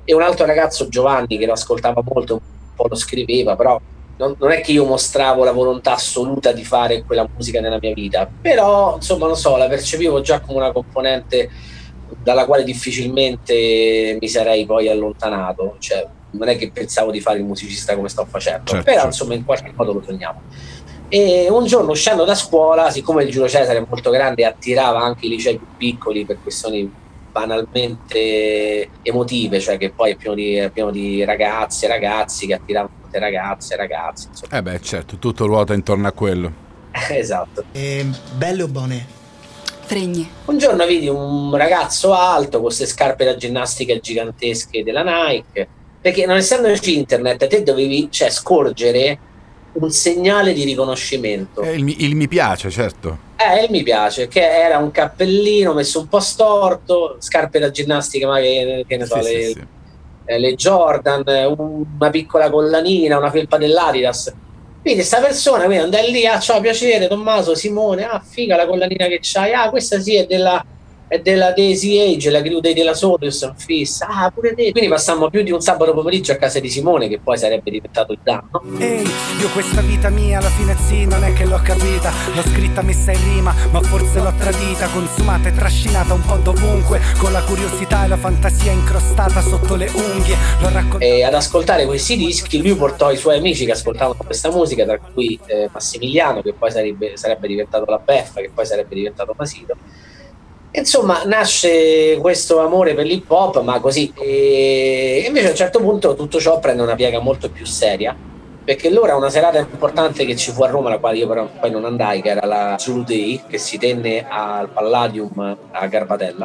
e un altro ragazzo, Giovanni, che lo ascoltava molto, un po' lo scriveva, però non è che io mostravo la volontà assoluta di fare quella musica nella mia vita, però insomma non so, la percepivo già come una componente dalla quale difficilmente mi sarei poi allontanato, cioè non è che pensavo di fare il musicista come sto facendo, certo, però certo. Insomma in qualche modo lo sognavo. E un giorno, uscendo da scuola, siccome il Giulio Cesare è molto grande e attirava anche i licei più piccoli per questioni banalmente emotive, cioè che poi è pieno di ragazze e ragazzi che attiravano tutte ragazze e ragazzi, insomma. Certo, tutto ruota intorno a quello. Esatto. Belle o buone? Fregne. Un giorno vidi un ragazzo alto con queste scarpe da ginnastica gigantesche della Nike, perché non essendoci internet te dovevi scorgere un segnale di riconoscimento. Il mi piace, certo. Il mi piace, che era un cappellino messo un po' storto, scarpe da ginnastica, ma che ne so, le Jordan, una piccola collanina, una felpa dell'Adidas. Quindi sta persona quindi andai lì, ciao, piacere Tommaso, Simone, figa la collanina che c'hai, questa sì è della Daisy Age, la crew della Solution Fissa, pure te. Quindi passammo più di un sabato pomeriggio a casa di Simone, che poi sarebbe diventato il danno. Ehi, io questa vita mia alla fine sì, non è che l'ho capita, l'ho scritta messa in rima, ma forse l'ho tradita, consumata e trascinata un po' dovunque, con la curiosità e la fantasia incrostata sotto le unghie. E ad ascoltare questi dischi lui portò i suoi amici che ascoltavano questa musica, tra cui Massimiliano, che poi sarebbe diventato la Beffa, che poi sarebbe diventato Masito. Insomma, nasce questo amore per l'hip hop, ma così. E invece a un certo punto tutto ciò prende una piega molto più seria, perché allora una serata importante che ci fu a Roma, la quale io però poi non andai, che era la Zulu Day, che si tenne al Palladium a Garbatella,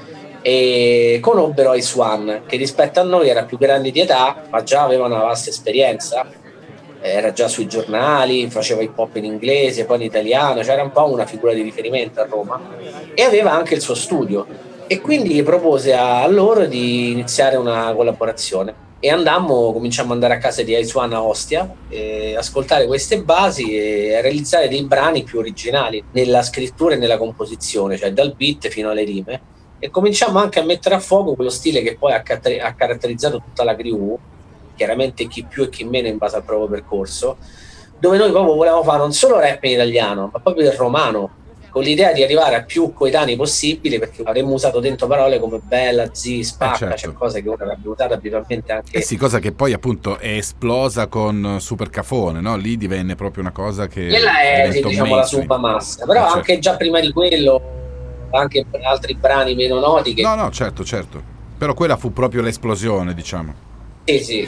e conobbero Ice One, che rispetto a noi era più grande di età, ma già aveva una vasta esperienza. Era già sui giornali, faceva hip hop in inglese, poi in italiano, c'era un po' una figura di riferimento a Roma, e aveva anche il suo studio, e quindi propose a loro di iniziare una collaborazione, e cominciamo ad andare a casa di Ice One a Ostia, ascoltare queste basi e realizzare dei brani più originali nella scrittura e nella composizione, cioè dal beat fino alle rime, e cominciamo anche a mettere a fuoco quello stile che poi ha caratterizzato tutta la crew, chiaramente chi più e chi meno in base al proprio percorso, dove noi proprio volevamo fare non solo rap in italiano, ma proprio il romano, con l'idea di arrivare a più coetanei possibile, perché avremmo usato dentro parole come bella, zi, spacca, certo. Cioè cose che ora avrebbe usato abitualmente anche... sì, cosa che poi appunto è esplosa con Super Cafone, no? Lì divenne proprio una cosa che... Quella è, diciamo, la summa massa, però certo. Anche già prima di quello, anche altri brani meno noti che... No, certo, però quella fu proprio l'esplosione, diciamo. Sì.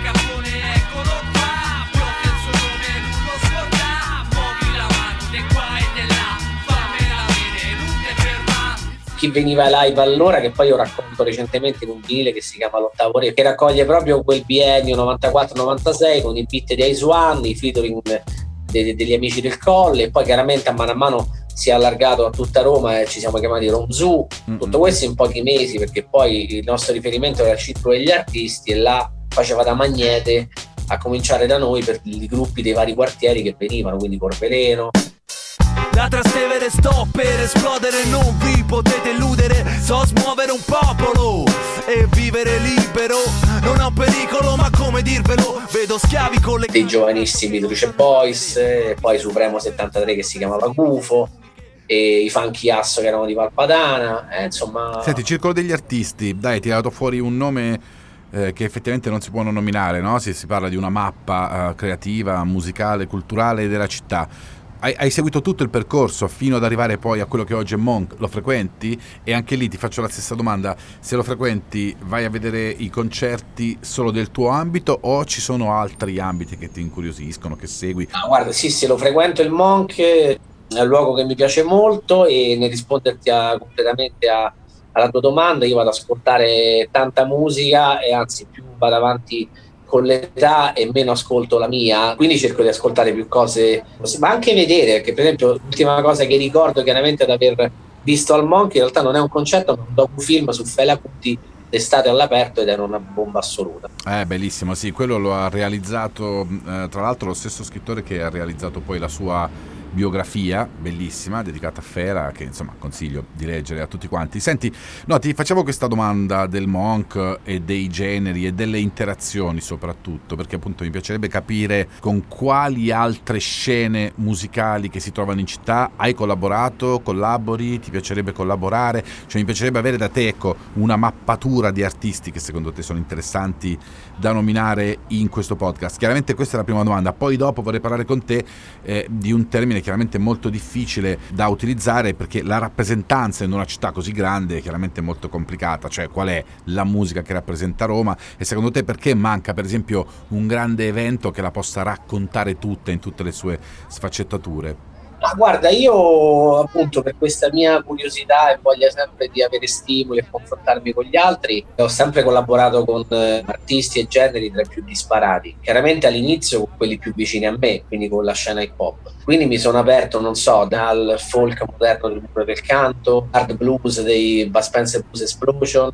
Chi veniva live allora, che poi io racconto recentemente in un vinile che si chiama L'Ottavo Re, che raccoglie proprio quel biennio 94-96 con i beat di Ice One, i featuring degli amici del Colle, e poi chiaramente a mano si è allargato a tutta Roma e ci siamo chiamati Romzoo. Tutto questo in pochi mesi, perché poi il nostro riferimento era il Circolo degli Artisti, e là faceva da magnete a cominciare da noi per i gruppi dei vari quartieri che venivano, quindi Corveleno. Da Trastevere sto per esplodere, non vi potete illudere, so smuovere un popolo e vivere libero, non ho pericolo, ma come dirvelo, vedo schiavi con le... Dei giovanissimi Luce Boys, e poi Supremo 73 che si chiamava Gufo, e i Funky Asso che erano di Valpadana, insomma... Senti, Circolo degli Artisti, dai, ti hai dato fuori un nome che effettivamente non si può non nominare, no? Si parla di una mappa creativa, musicale, culturale della città. Hai seguito tutto il percorso fino ad arrivare poi a quello che oggi è Monk. Lo frequenti? E anche lì ti faccio la stessa domanda: se lo frequenti, vai a vedere i concerti solo del tuo ambito o ci sono altri ambiti che ti incuriosiscono, che segui? Guarda, sì, lo frequento il Monk, è un luogo che mi piace molto, e nel risponderti completamente alla tua domanda, io vado ad ascoltare tanta musica, e anzi più vado avanti con l'età e meno ascolto la mia, quindi cerco di ascoltare più cose, ma anche vedere, perché per esempio l'ultima cosa che ricordo chiaramente ad aver visto al Monk in realtà non è un concerto, ma un docufilm su Fela Kuti d'estate all'aperto, ed era una bomba assoluta. Bellissimo, sì, quello lo ha realizzato tra l'altro lo stesso scrittore che ha realizzato poi la sua biografia bellissima dedicata a Fela, che insomma consiglio di leggere a tutti quanti. Senti, no, ti facevo questa domanda del Monk e dei generi e delle interazioni soprattutto, perché appunto mi piacerebbe capire con quali altre scene musicali che si trovano in città hai collaborato, collabori, ti piacerebbe collaborare, cioè mi piacerebbe avere da te, ecco, una mappatura di artisti che secondo te sono interessanti da nominare in questo podcast. Chiaramente questa è la prima domanda, poi dopo vorrei parlare con te di un termine chiaramente molto difficile da utilizzare, perché la rappresentanza in una città così grande è chiaramente molto complicata, cioè qual è la musica che rappresenta Roma e secondo te perché manca per esempio un grande evento che la possa raccontare tutta in tutte le sue sfaccettature? Ma guarda, io appunto per questa mia curiosità e voglia sempre di avere stimoli e confrontarmi con gli altri, ho sempre collaborato con artisti e generi tra i più disparati. Chiaramente all'inizio con quelli più vicini a me, quindi con la scena hip hop. Quindi mi sono aperto, non so, dal folk moderno del Muro del Canto, hard blues dei Bud Spencer Blues Explosion.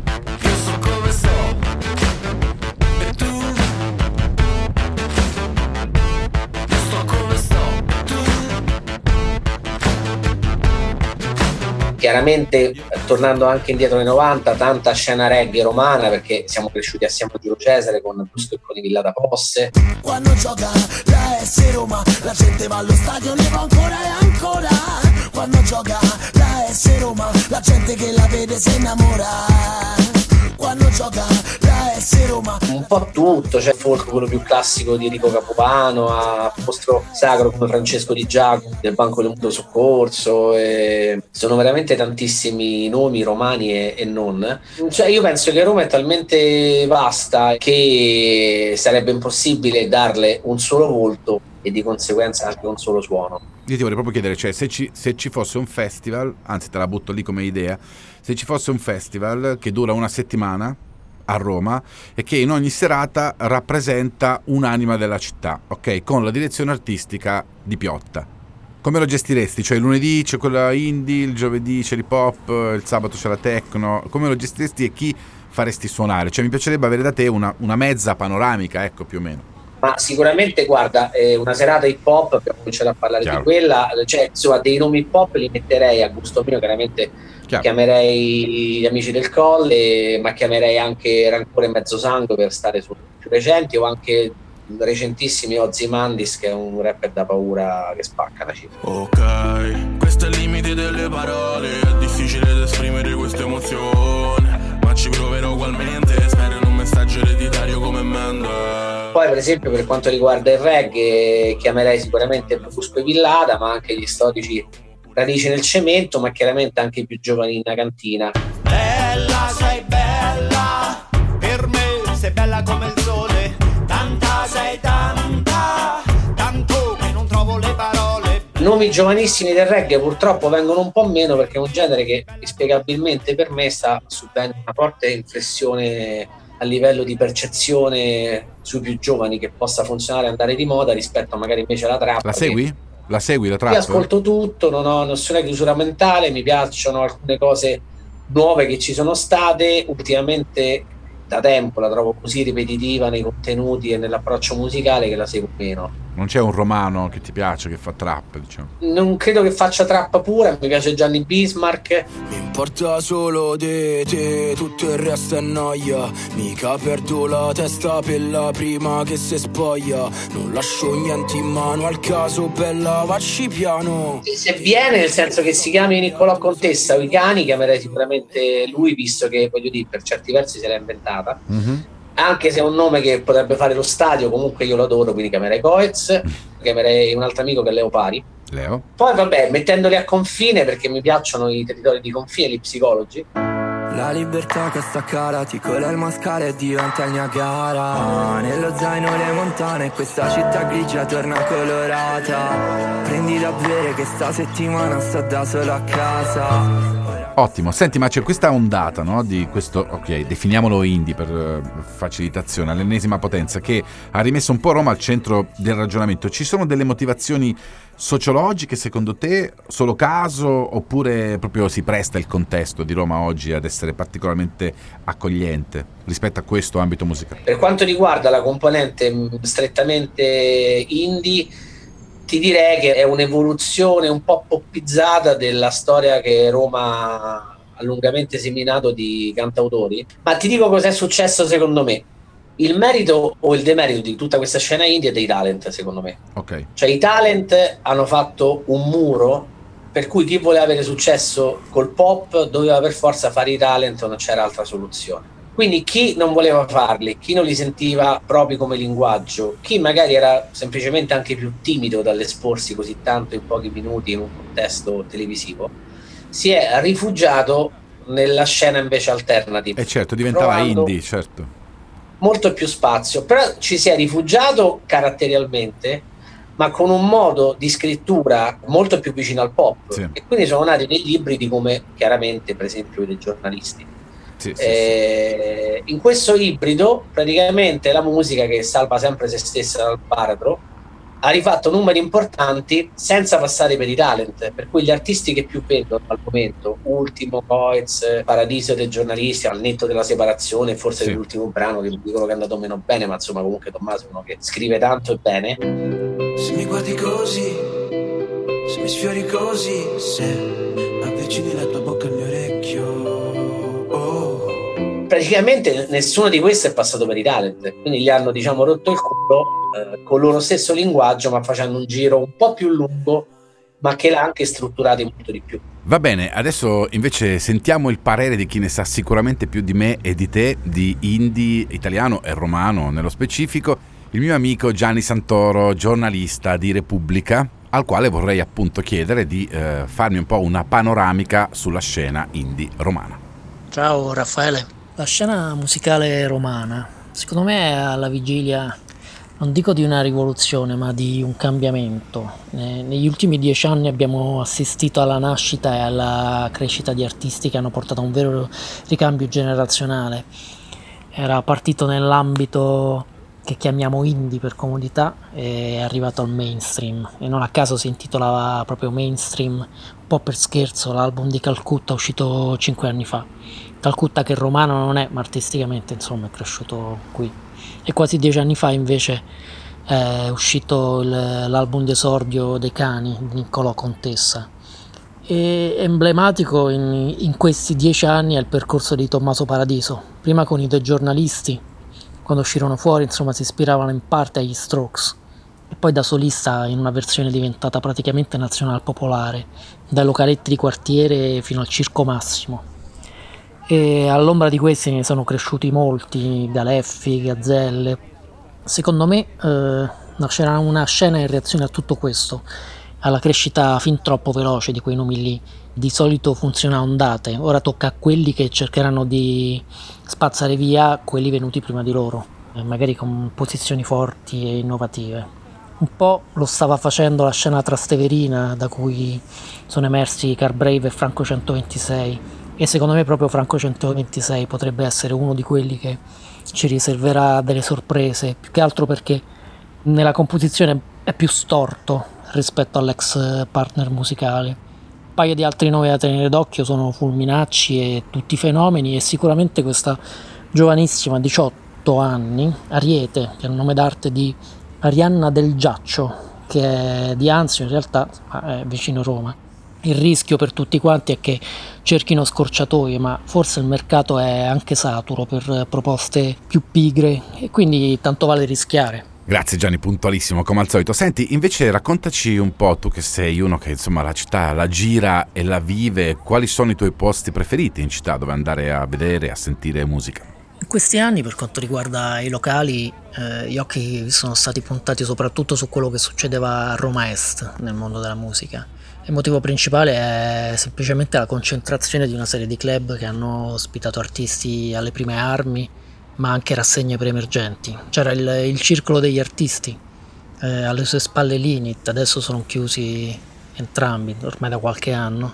Chiaramente, tornando anche indietro nei 90, tanta scena reggae romana, perché siamo cresciuti assieme a Giulio Cesare con Busco e con i Villada Posse. Quando gioca la S Roma, la gente va allo stadio, ne va ancora e ancora. Quando gioca la S Roma, la gente che la vede si innamora. Quando gioca la S Roma, un po' tutto, c'è folk, quello più classico di Enrico Capovano, a mostro sacro come Francesco Di Giacomo del Banco del Mutuo Soccorso, e sono veramente tantissimi nomi romani e non. Cioè io penso che Roma è talmente vasta che sarebbe impossibile darle un solo volto e di conseguenza anche un solo suono. Io ti vorrei proprio chiedere, cioè se ci fosse un festival, anzi te la butto lì come idea, se ci fosse un festival che dura una settimana a Roma e che in ogni serata rappresenta un'anima della città, ok? Con la direzione artistica di Piotta. Come lo gestiresti? Cioè il lunedì c'è quella indie, il giovedì c'è l'hip hop, il sabato c'è la techno, come lo gestiresti e chi faresti suonare? Cioè mi piacerebbe avere da te una mezza panoramica, ecco, più o meno. Ma sicuramente, guarda, una serata hip hop, abbiamo cominciato a parlare di quella, cioè insomma dei nomi hip hop li metterei a gusto mio, chiaramente chiamerei gli Amici del Colle, ma chiamerei anche Rancore e Mezzosangue per stare su più recenti, o anche recentissimi Ozymandias, che è un rapper da paura che spacca la cifra. Ok, questo è il limite delle parole, è difficile da esprimere questa emozione, ma ci proverò ugualmente, spero in un messaggio ereditario come Mende. Poi per esempio per quanto riguarda il reggae chiamerei sicuramente Busco e Villada, ma anche gli storici Radici nel Cemento, ma chiaramente anche i più giovani in una cantina. Bella, sei bella, per me sei bella come il sole, tanta sei tanta, tanto che non trovo le parole. Nomi giovanissimi del reggae purtroppo vengono un po' meno, perché è un genere che inspiegabilmente per me sta subendo una forte inflessione a livello di percezione sui più giovani, che possa funzionare e andare di moda rispetto a magari invece alla trap. La segui? La segui la trap? Io ascolto tutto, non ho nessuna chiusura mentale, mi piacciono alcune cose nuove che ci sono state ultimamente. Da tempo la trovo così ripetitiva nei contenuti e nell'approccio musicale che la seguo meno. Non c'è un romano che ti piace, che fa trap, diciamo? Non credo che faccia trap pura, mi piace Gianni Bismarck. Mi importa solo di te, tutto il resto è noia. Mica perdo la testa per la prima che si spoglia. Non lascio niente in mano, al caso bella vacci piano. Se viene, nel senso che si chiami Niccolò Contessa o i Cani, chiamerei sicuramente lui, visto che, voglio dire, per certi versi se l'ha inventata. Mm-hmm. Anche se è un nome che potrebbe fare lo stadio, comunque io lo adoro, quindi chiamerei Coez, chiamerei un altro amico che è Leo Pari. Leo. Poi vabbè, mettendoli a confine, perché mi piacciono i territori di confine, gli psicologi. La libertà che sta cara, ti cola il mascara e diventa il Niagara. Nello zaino le montane, questa città grigia torna colorata. Prendi da bere che sta settimana sto da solo a casa. Ottimo, senti, ma c'è questa ondata, no, di questo, ok, definiamolo indie per facilitazione, all'ennesima potenza, che ha rimesso un po' Roma al centro del ragionamento. Ci sono delle motivazioni sociologiche secondo te, solo caso, oppure proprio si presta il contesto di Roma oggi ad essere particolarmente accogliente rispetto a questo ambito musicale? Per quanto riguarda la componente strettamente indie, ti direi che è un'evoluzione un po' poppizzata della storia che Roma ha lungamente seminato di cantautori. Ma ti dico cos'è successo secondo me. Il merito o il demerito di tutta questa scena indie è dei talent, secondo me. Ok. Cioè i talent hanno fatto un muro per cui chi voleva avere successo col pop doveva per forza fare i talent o non c'era altra soluzione. Quindi chi non voleva farli, chi non li sentiva propri come linguaggio, chi magari era semplicemente anche più timido dall'esporsi così tanto in pochi minuti in un contesto televisivo, si è rifugiato nella scena invece alternative. E certo, diventava indie, certo. Molto più spazio, però ci si è rifugiato caratterialmente, ma con un modo di scrittura molto più vicino al pop. Sì. E quindi sono nati degli ibridi come chiaramente per esempio dei giornalisti. Sì. In questo ibrido praticamente la musica, che salva sempre se stessa dal baratro, ha rifatto numeri importanti senza passare per i talent, per cui gli artisti che più vendono al momento, Ultimo, Coez, Paradiso dei giornalisti, al netto della separazione, forse dell'ultimo brano che dicono che è andato meno bene, ma insomma comunque Tommaso è uno che scrive tanto e bene. Se mi guardi così, se mi sfiori così, se avvicini la tua bocca al mio orecchio, praticamente nessuno di questi è passato per i talent, quindi gli hanno diciamo rotto il culo con il loro stesso linguaggio, ma facendo un giro un po' più lungo, ma che l'ha anche strutturato molto di più. Va bene, adesso invece sentiamo il parere di chi ne sa sicuramente più di me e di te, di indie italiano e romano nello specifico, il mio amico Gianni Santoro, giornalista di Repubblica, al quale vorrei appunto chiedere di farmi un po' una panoramica sulla scena indie romana. Ciao Raffaele. La scena musicale romana, secondo me, è alla vigilia, non dico di una rivoluzione, ma di un cambiamento. Negli ultimi 10 anni abbiamo assistito alla nascita e alla crescita di artisti che hanno portato a un vero ricambio generazionale. Era partito nell'ambito che chiamiamo indie per comodità, e è arrivato al mainstream, e non a caso si intitolava proprio Mainstream, un po' per scherzo. L'album di Calcutta uscito 5 anni fa. Calcutta che romano non è, ma artisticamente insomma è cresciuto qui. E quasi 10 anni fa invece è uscito l'album d'esordio dei Cani di Niccolò Contessa. E emblematico in questi 10 anni è il percorso di Tommaso Paradiso, prima con i due giornalisti, quando uscirono fuori insomma si ispiravano in parte agli Strokes, e poi da solista in una versione diventata praticamente nazional popolare, dai localetti di quartiere fino al Circo Massimo. E all'ombra di questi ne sono cresciuti molti, Galeffi, Gazzelle. Secondo me nascerà una scena in reazione a tutto questo, alla crescita fin troppo veloce di quei nomi lì. Di solito funziona a ondate, ora tocca a quelli che cercheranno di spazzare via quelli venuti prima di loro, magari con posizioni forti e innovative. Un po' lo stava facendo la scena trasteverina, da cui sono emersi Carbrave e Franco 126, e secondo me proprio Franco 126 potrebbe essere uno di quelli che ci riserverà delle sorprese, più che altro perché nella composizione è più storto rispetto all'ex partner musicale. Un paio di altri nomi da tenere d'occhio sono Fulminacci e Tutti fenomeni, e sicuramente questa giovanissima 18 anni Ariete, che è il nome d'arte di Arianna Del Giaccio, che è di Anzio, in realtà è vicino Roma. Il rischio per tutti quanti è che cerchino scorciatoie, ma forse il mercato è anche saturo per proposte più pigre, e quindi tanto vale rischiare. Grazie Gianni, puntualissimo come al solito. Senti, invece raccontaci un po', tu che sei uno che insomma la città la gira e la vive, quali sono i tuoi posti preferiti in città dove andare a vedere, a sentire musica? In questi anni, per quanto riguarda i locali, gli occhi sono stati puntati soprattutto su quello che succedeva a Roma Est nel mondo della musica. Il motivo principale è semplicemente la concentrazione di una serie di club che hanno ospitato artisti alle prime armi, ma anche rassegne preemergenti. C'era il circolo degli artisti, alle sue spalle l'Init, adesso sono chiusi entrambi ormai da qualche anno,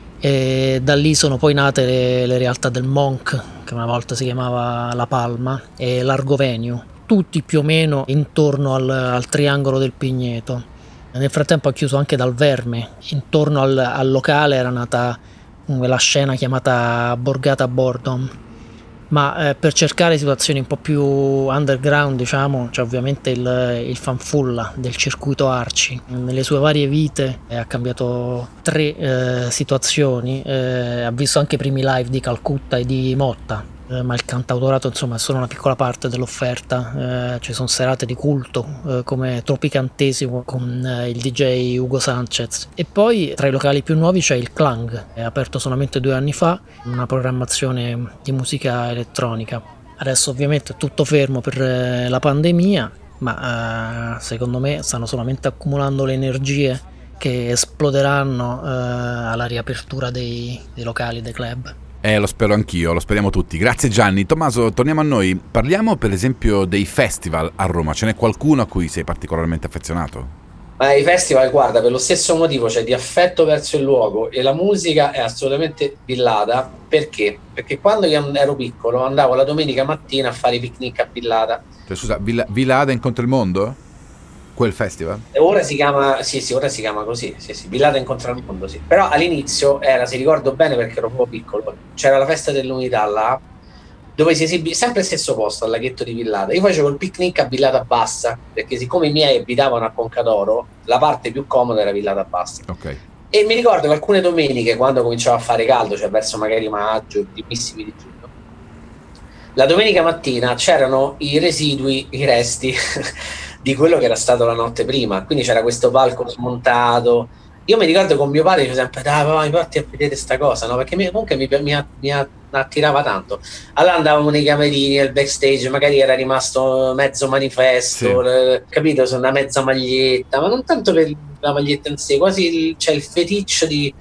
e da lì sono poi nate le realtà del Monk, che una volta si chiamava La Palma, e l'Argovenio, tutti più o meno intorno al triangolo del Pigneto. Nel frattempo ha chiuso anche Dal Verme. Intorno al locale era nata la scena chiamata Borgata Bordom. ma per cercare situazioni un po' più underground, diciamo, c'è ovviamente il Fanfulla del circuito Arci. Nelle sue varie vite ha cambiato 3 situazioni, ha visto anche i primi live di Calcutta e di Motta, ma il cantautorato insomma è solo una piccola parte dell'offerta. Ci sono serate di culto come Tropicantesimo con il DJ Ugo Sanchez, e poi tra i locali più nuovi c'è il Clang, è aperto solamente 2 anni fa, una programmazione di musica elettronica. Adesso ovviamente è tutto fermo per la pandemia, ma secondo me stanno solamente accumulando le energie che esploderanno alla riapertura dei locali, dei club. Lo spero anch'io, lo speriamo tutti. Grazie Gianni. Tommaso, torniamo a noi. Parliamo per esempio dei festival a Roma. Ce n'è qualcuno a cui sei particolarmente affezionato? Ma i festival, guarda, per lo stesso motivo, cioè di affetto verso il luogo e la musica, è assolutamente Villada. Perché? Perché quando io ero piccolo andavo la domenica mattina a fare i picnic a Villada. Cioè, scusa, Villada incontra il mondo? Quel festival? E ora si chiama, sì, ora si chiama così, sì, Villada incontra il mondo, sì. Però all'inizio era, se ricordo bene perché ero proprio piccolo, c'era la festa dell'unità là, dove si esibì sempre il stesso posto, al laghetto di Villada. Io facevo il picnic a Villada Bassa, perché siccome i miei abitavano a Concadoro, la parte più comoda era Villada Bassa. Ok. E mi ricordo che alcune domeniche, quando cominciava a fare caldo, cioè verso magari maggio, i primissimi di giugno, la domenica mattina c'erano i residui, i resti di quello che era stato la notte prima, quindi c'era questo palco smontato. Io mi ricordo con mio padre dicevo sempre: dai, vai, porti a vedere sta cosa, no? Perché comunque mi attirava tanto. Allora andavamo nei camerini, nel backstage, magari era rimasto mezzo manifesto, sì. Capito? Sono una mezza maglietta, ma non tanto per la maglietta in sé, quasi c'è il feticcio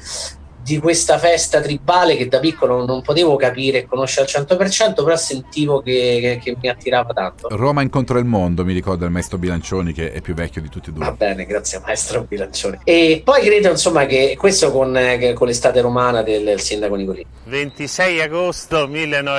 di questa festa tribale che da piccolo non potevo capire e conoscere al 100%, però sentivo che mi attirava tanto. Roma incontra il mondo, mi ricordo il maestro Bilancioni, che è più vecchio di tutti e due. Va bene, grazie maestro Bilancioni. E poi credo insomma che questo con l'estate romana del sindaco Nicolini. 26 agosto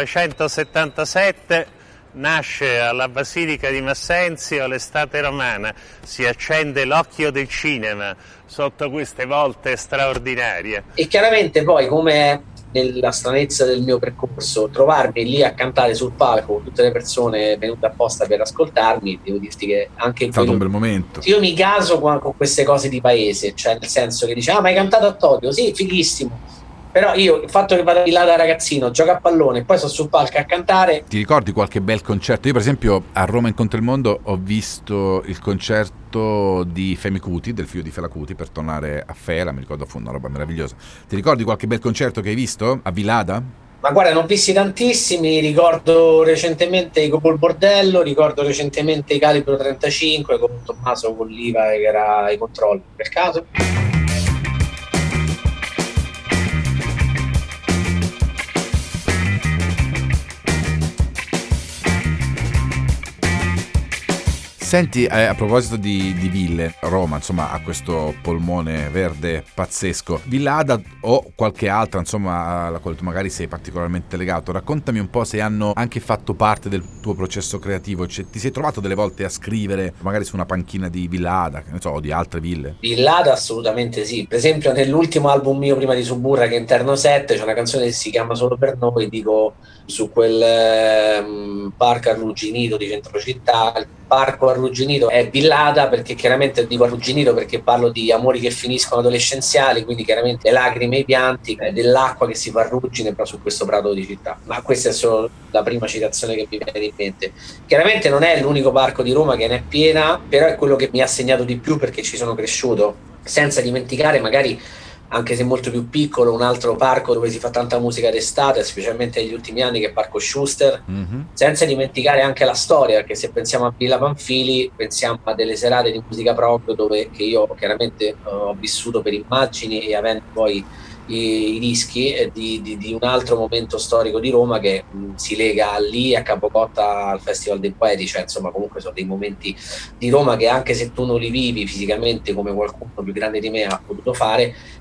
1977 nasce alla Basilica di Massenzio l'estate romana, si accende l'occhio del cinema sotto queste volte straordinarie. E chiaramente poi, come nella stranezza del mio percorso, trovarmi lì a cantare sul palco con tutte le persone venute apposta per ascoltarmi, devo dirti che anche è stato un bel momento. Io mi caso con queste cose di paese, cioè nel senso che dice: ah, ma hai cantato a Tokyo? Sì, fighissimo. Però io, il fatto che vado là da ragazzino, gioco a pallone e poi sono sul palco a cantare. Ti ricordi qualche bel concerto? Io per esempio a Roma incontra il mondo ho visto il concerto di Femi Cuti, del figlio di Fela Cuti, per tornare a Fela, mi ricordo, fu una roba meravigliosa. Ti ricordi qualche bel concerto che hai visto a Villada? Ma guarda, ne ho visti tantissimi, ricordo recentemente i Copol Bordello, ricordo recentemente i Calibro 35 con Tommaso Colliva che era ai controlli, per caso. Senti, a proposito di ville, Roma insomma ha questo polmone verde pazzesco. Villada o qualche altra insomma alla quale tu magari sei particolarmente legato, raccontami un po' se hanno anche fatto parte del tuo processo creativo, cioè, ti sei trovato delle volte a scrivere magari su una panchina di Villada, che ne so, o di altre ville? Villada assolutamente sì, per esempio nell'ultimo album mio prima di Suburra, che è Interno 7, c'è una canzone che si chiama Solo per noi, dico su quel parco arrugginito di centro città. Il parco arrugginito è Villada, perché chiaramente dico arrugginito perché parlo di amori che finiscono adolescenziali, quindi chiaramente le lacrime e i pianti, dell'acqua che si fa arruggine però su questo prato di città. Ma questa è solo la prima citazione che mi viene in mente. Chiaramente non è l'unico parco di Roma che ne è piena, però è quello che mi ha segnato di più perché ci sono cresciuto, senza dimenticare magari, anche se molto più piccolo, un altro parco dove si fa tanta musica d'estate, specialmente negli ultimi anni, che è Parco Schuster, senza dimenticare anche la storia, perché se pensiamo a Villa Panfili pensiamo a delle serate di musica proprio che io chiaramente ho vissuto per immagini e avendo poi i dischi di un altro momento storico di Roma che si lega lì a Capocotta al Festival dei Poeti, cioè insomma comunque sono dei momenti di Roma che anche se tu non li vivi fisicamente come qualcuno più grande di me ha potuto fare,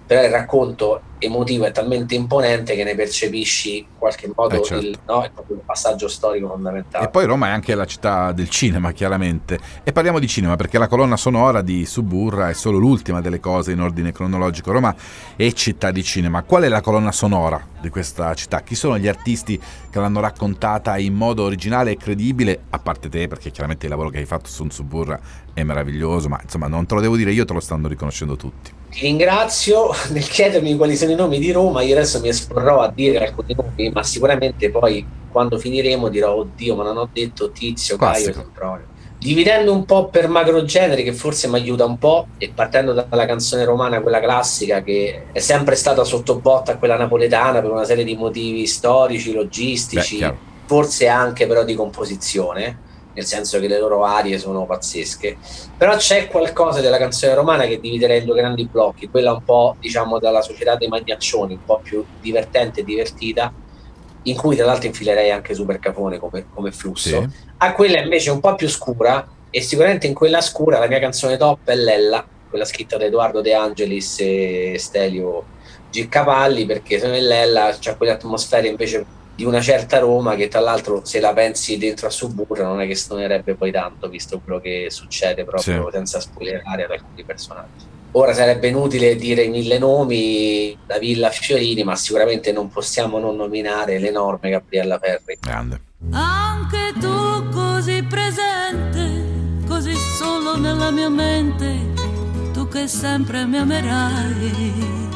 però il racconto emotivo è talmente imponente che ne percepisci in qualche modo certo. è proprio un passaggio storico fondamentale. E poi Roma è anche la città del cinema, chiaramente. E parliamo di cinema perché la colonna sonora di Suburra è solo l'ultima delle cose in ordine cronologico. Roma è città di cinema. Qual è la colonna sonora di questa città? Chi sono gli artisti che l'hanno raccontata in modo originale e credibile? A parte te, perché chiaramente il lavoro che hai fatto su Suburra è meraviglioso, ma insomma non te lo devo dire io, te lo stanno riconoscendo tutti. Ti ringrazio nel chiedermi quali sono i nomi di Roma. Io adesso mi esporrò a dire alcuni nomi, ma sicuramente poi quando finiremo dirò oddio, ma non ho detto Tizio, Caio, Sempronio. Dividendo un po' per macrogeneri, che forse mi aiuta un po', e partendo dalla canzone romana, quella classica, che è sempre stata sottobotta a quella napoletana per una serie di motivi storici, logistici, forse anche però di composizione, nel senso che le loro arie sono pazzesche, però c'è qualcosa della canzone romana che dividerei in due grandi blocchi, quella un po' diciamo dalla Società dei Magnaccioni, un po' più divertente e divertita, in cui tra l'altro infilerei anche Supercafone come flusso, sì. A quella invece un po' più scura, e sicuramente in quella scura la mia canzone top è Lella, quella scritta da Edoardo De Angelis e Stelio G. Cavalli, perché se in Lella c'è quelle atmosfere invece di una certa Roma che tra l'altro se la pensi dentro a Suburra non è che stonerebbe poi tanto, visto quello che succede proprio, sì. Senza spoilerare ad alcuni personaggi. Ora sarebbe inutile dire i 1000 nomi da Villa Fiorini, ma sicuramente non possiamo non nominare l'enorme Gabriella Ferri. Grande. Anche tu così presente, così solo nella mia mente, tu che sempre mi amerai,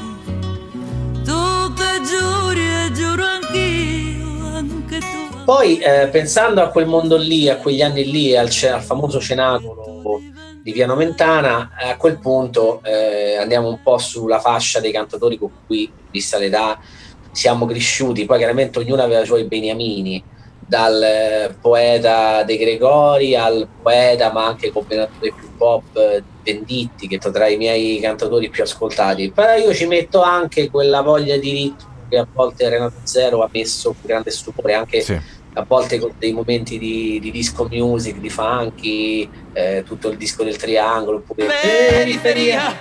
tu che giuri e giuro anch'io, anche tu. Poi pensando a quel mondo lì, a quegli anni lì, al famoso cenacolo di Via Nomentana, a quel punto andiamo un po' sulla fascia dei cantatori con cui, vista l'età, siamo cresciuti. Poi chiaramente ognuno aveva i suoi beniamini, dal poeta De Gregori al poeta ma anche combinatore più pop Venditti, che tra i miei cantatori più ascoltati. Però io ci metto anche quella voglia di ritmo che a volte Renato Zero ha messo con grande stupore, anche sì. A volte con dei momenti di disco music, di funky, tutto il disco del Triangolo, oppure periferia,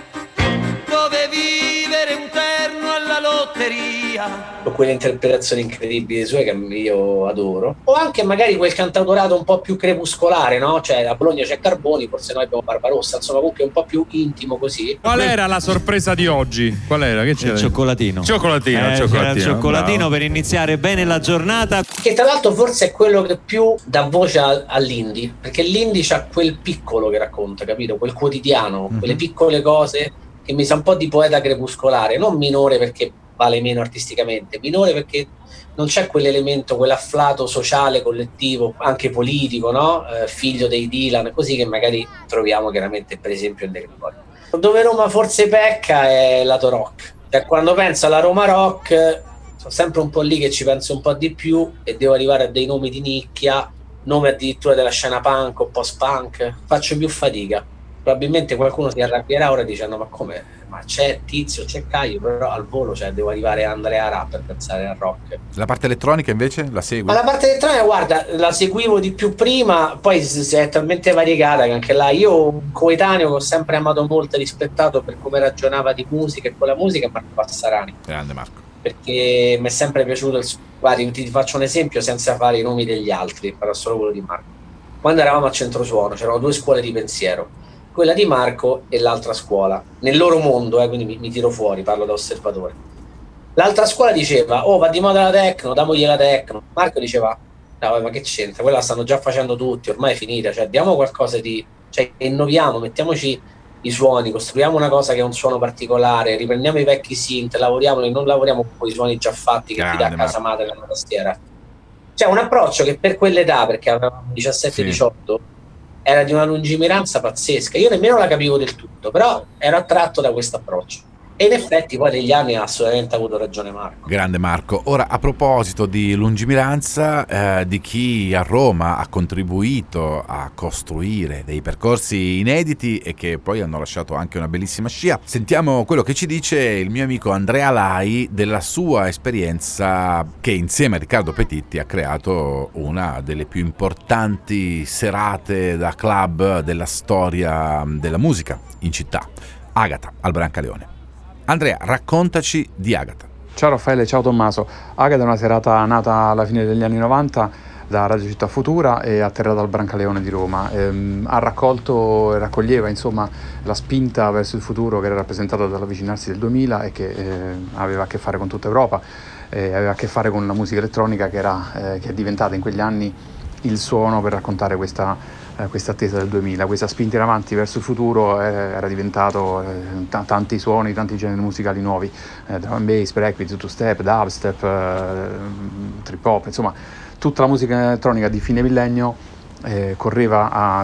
dove vivere un terno alla lotteria, o quelle interpretazioni incredibili sue che io adoro, o anche magari quel cantautorato un po' più crepuscolare, no? Cioè a Bologna c'è Carboni, forse noi abbiamo Barbarossa, insomma comunque un po' più intimo così. Qual era la sorpresa di oggi? Qual era? Che c'era? Il cioccolatino. Il cioccolatino per iniziare bene la giornata. Che tra l'altro forse è quello che più dà voce all'indie, perché l'indie c'ha quel piccolo che racconta, capito? Quel quotidiano, quelle piccole cose che mi sa un po' di poeta crepuscolare, non minore perché vale meno artisticamente, minore perché non c'è quell'elemento, quell'afflato sociale, collettivo, anche politico, no? Figlio dei Dylan, così, che magari troviamo chiaramente per esempio in De Gregori. Dove Roma forse pecca è lato rock, cioè quando penso alla Roma rock sono sempre un po' lì che ci penso un po' di più e devo arrivare a dei nomi di nicchia, nomi addirittura della scena punk o post-punk, faccio più fatica. Probabilmente qualcuno si arrabbierà ora dicendo ma come? Ma c'è Tizio, c'è Caio, però al volo, cioè devo arrivare a Andrea Ra per pensare al rock. La parte elettronica invece la segui? Ma la parte elettronica, guarda, la seguivo di più prima, poi si è talmente variegata che anche là io un coetaneo che ho sempre amato molto e rispettato per come ragionava di musica e con la musica è Marco Passarani. Grande Marco. Perché mi è sempre piaciuto guardi, ti faccio un esempio senza fare i nomi degli altri, però solo quello di Marco. Quando eravamo a Centrosuono c'erano due scuole di pensiero, quella di Marco e l'altra scuola, nel loro mondo, quindi mi tiro fuori, parlo da osservatore. L'altra scuola diceva va di moda la techno, damogli la techno. Marco diceva no, ma che c'entra, quella la stanno già facendo tutti, ormai è finita, cioè diamo qualcosa di, cioè innoviamo, mettiamoci i suoni, costruiamo una cosa che è un suono particolare, riprendiamo i vecchi synth, lavoriamoli, non lavoriamo con i suoni già fatti che ti dà a casa madre la tastiera. Cioè un approccio che per quell'età, perché avevamo 17-18, era di una lungimiranza pazzesca. Io nemmeno la capivo del tutto, però ero attratto da questo approccio. E in effetti poi negli anni ha assolutamente avuto ragione Marco. Grande Marco. Ora, a proposito di lungimiranza, di chi a Roma ha contribuito a costruire dei percorsi inediti e che poi hanno lasciato anche una bellissima scia, sentiamo quello che ci dice il mio amico Andrea Lai della sua esperienza che insieme a Riccardo Petitti ha creato una delle più importanti serate da club della storia della musica in città, Agata al Brancaleone. Andrea, raccontaci di Agata. Ciao Raffaele, ciao Tommaso. Agata è una serata nata alla fine degli anni 90 da Radio Città Futura e atterrata al Brancaleone di Roma. Ha raccolto e raccoglieva insomma la spinta verso il futuro che era rappresentata dall'avvicinarsi del 2000 e che aveva a che fare con tutta Europa, aveva a che fare con la musica elettronica che è diventata in quegli anni il suono per raccontare questa attesa del 2000, questa spinta in avanti verso il futuro. Era diventato tanti suoni, tanti generi musicali nuovi, drum and bass, breakbeat, two-step, dubstep, trip hop, insomma tutta la musica elettronica di fine millennio correva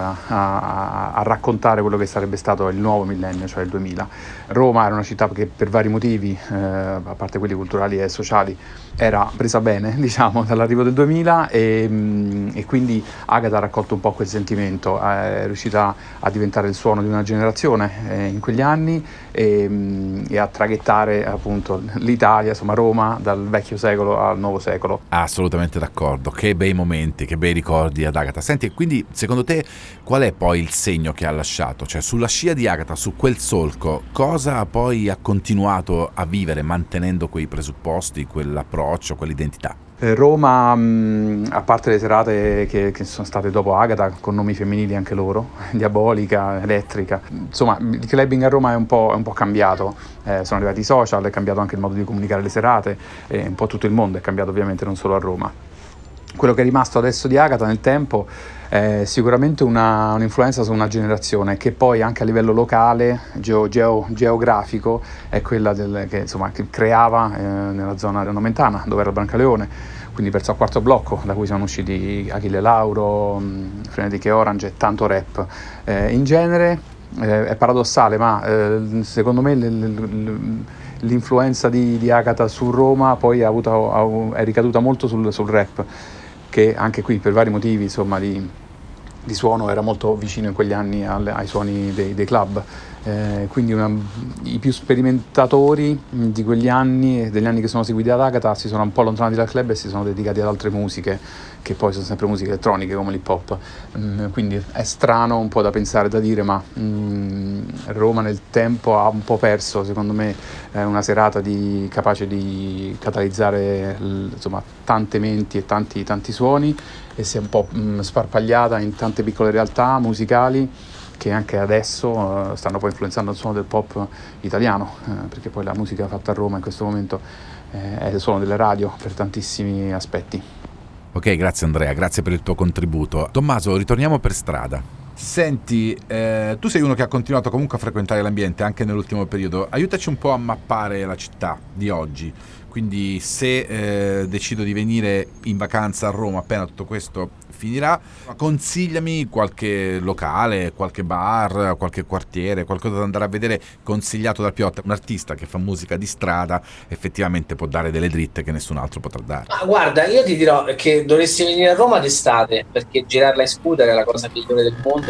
a raccontare quello che sarebbe stato il nuovo millennio, cioè il 2000. Roma era una città che per vari motivi, a parte quelli culturali e sociali, era presa bene, diciamo, dall'arrivo del 2000 e quindi Agata ha raccolto un po' quel sentimento, è riuscita a diventare il suono di una generazione in quegli anni e a traghettare appunto l'Italia, insomma Roma, dal vecchio secolo al nuovo secolo. Assolutamente d'accordo, che bei momenti, che bei ricordi ad Agata. Senti, quindi secondo te qual è poi il segno che ha lasciato? Cioè sulla scia di Agata, su quel solco, cosa poi ha continuato a vivere mantenendo quei presupposti, quell'approccio, quell'identità? Roma, a parte le serate che sono state dopo Agata, con nomi femminili anche loro, Diabolica, Elettrica, insomma il clubbing a Roma è un po' cambiato, sono arrivati i social, è cambiato anche il modo di comunicare le serate, un po' tutto il mondo è cambiato, ovviamente non solo a Roma. Quello che è rimasto adesso di Agata nel tempo è sicuramente un'influenza su una generazione che poi anche a livello locale, geografico, è quella che creava nella zona nomentana, dove era il Brancaleone, quindi verso il quarto blocco, da cui sono usciti Achille Lauro, Frenetic e Orange e tanto rap. In genere è paradossale, ma secondo me l'influenza di Agata su Roma poi è ricaduta molto sul rap, che anche qui per vari motivi insomma di suono era molto vicino in quegli anni ai suoni dei club, quindi i più sperimentatori di quegli anni e degli anni che sono seguiti ad Agata si sono un po' allontanati dal club e si sono dedicati ad altre musiche che poi sono sempre musiche elettroniche come l'hip hop, quindi è strano un po' da pensare, da dire, ma Roma nel tempo ha un po' perso secondo me una serata capace di catalizzare insomma tante menti e tanti suoni, e si è un po' sparpagliata in tante piccole realtà musicali che anche adesso stanno poi influenzando il suono del pop italiano, perché poi la musica fatta a Roma in questo momento è il suono delle radio per tantissimi aspetti. Ok, grazie Andrea, grazie per il tuo contributo. Tommaso, ritorniamo per strada. Senti, tu sei uno che ha continuato comunque a frequentare l'ambiente anche nell'ultimo periodo. Aiutaci un po' a mappare la città di oggi. Quindi se decido di venire in vacanza a Roma appena tutto questo finirà, consigliami qualche locale, qualche bar, qualche quartiere, qualcosa da andare a vedere consigliato dal Piotta. Un artista che fa musica di strada effettivamente può dare delle dritte che nessun altro potrà dare. Ma guarda, io ti dirò che dovresti venire a Roma d'estate, perché girarla in scooter è la cosa migliore del mondo.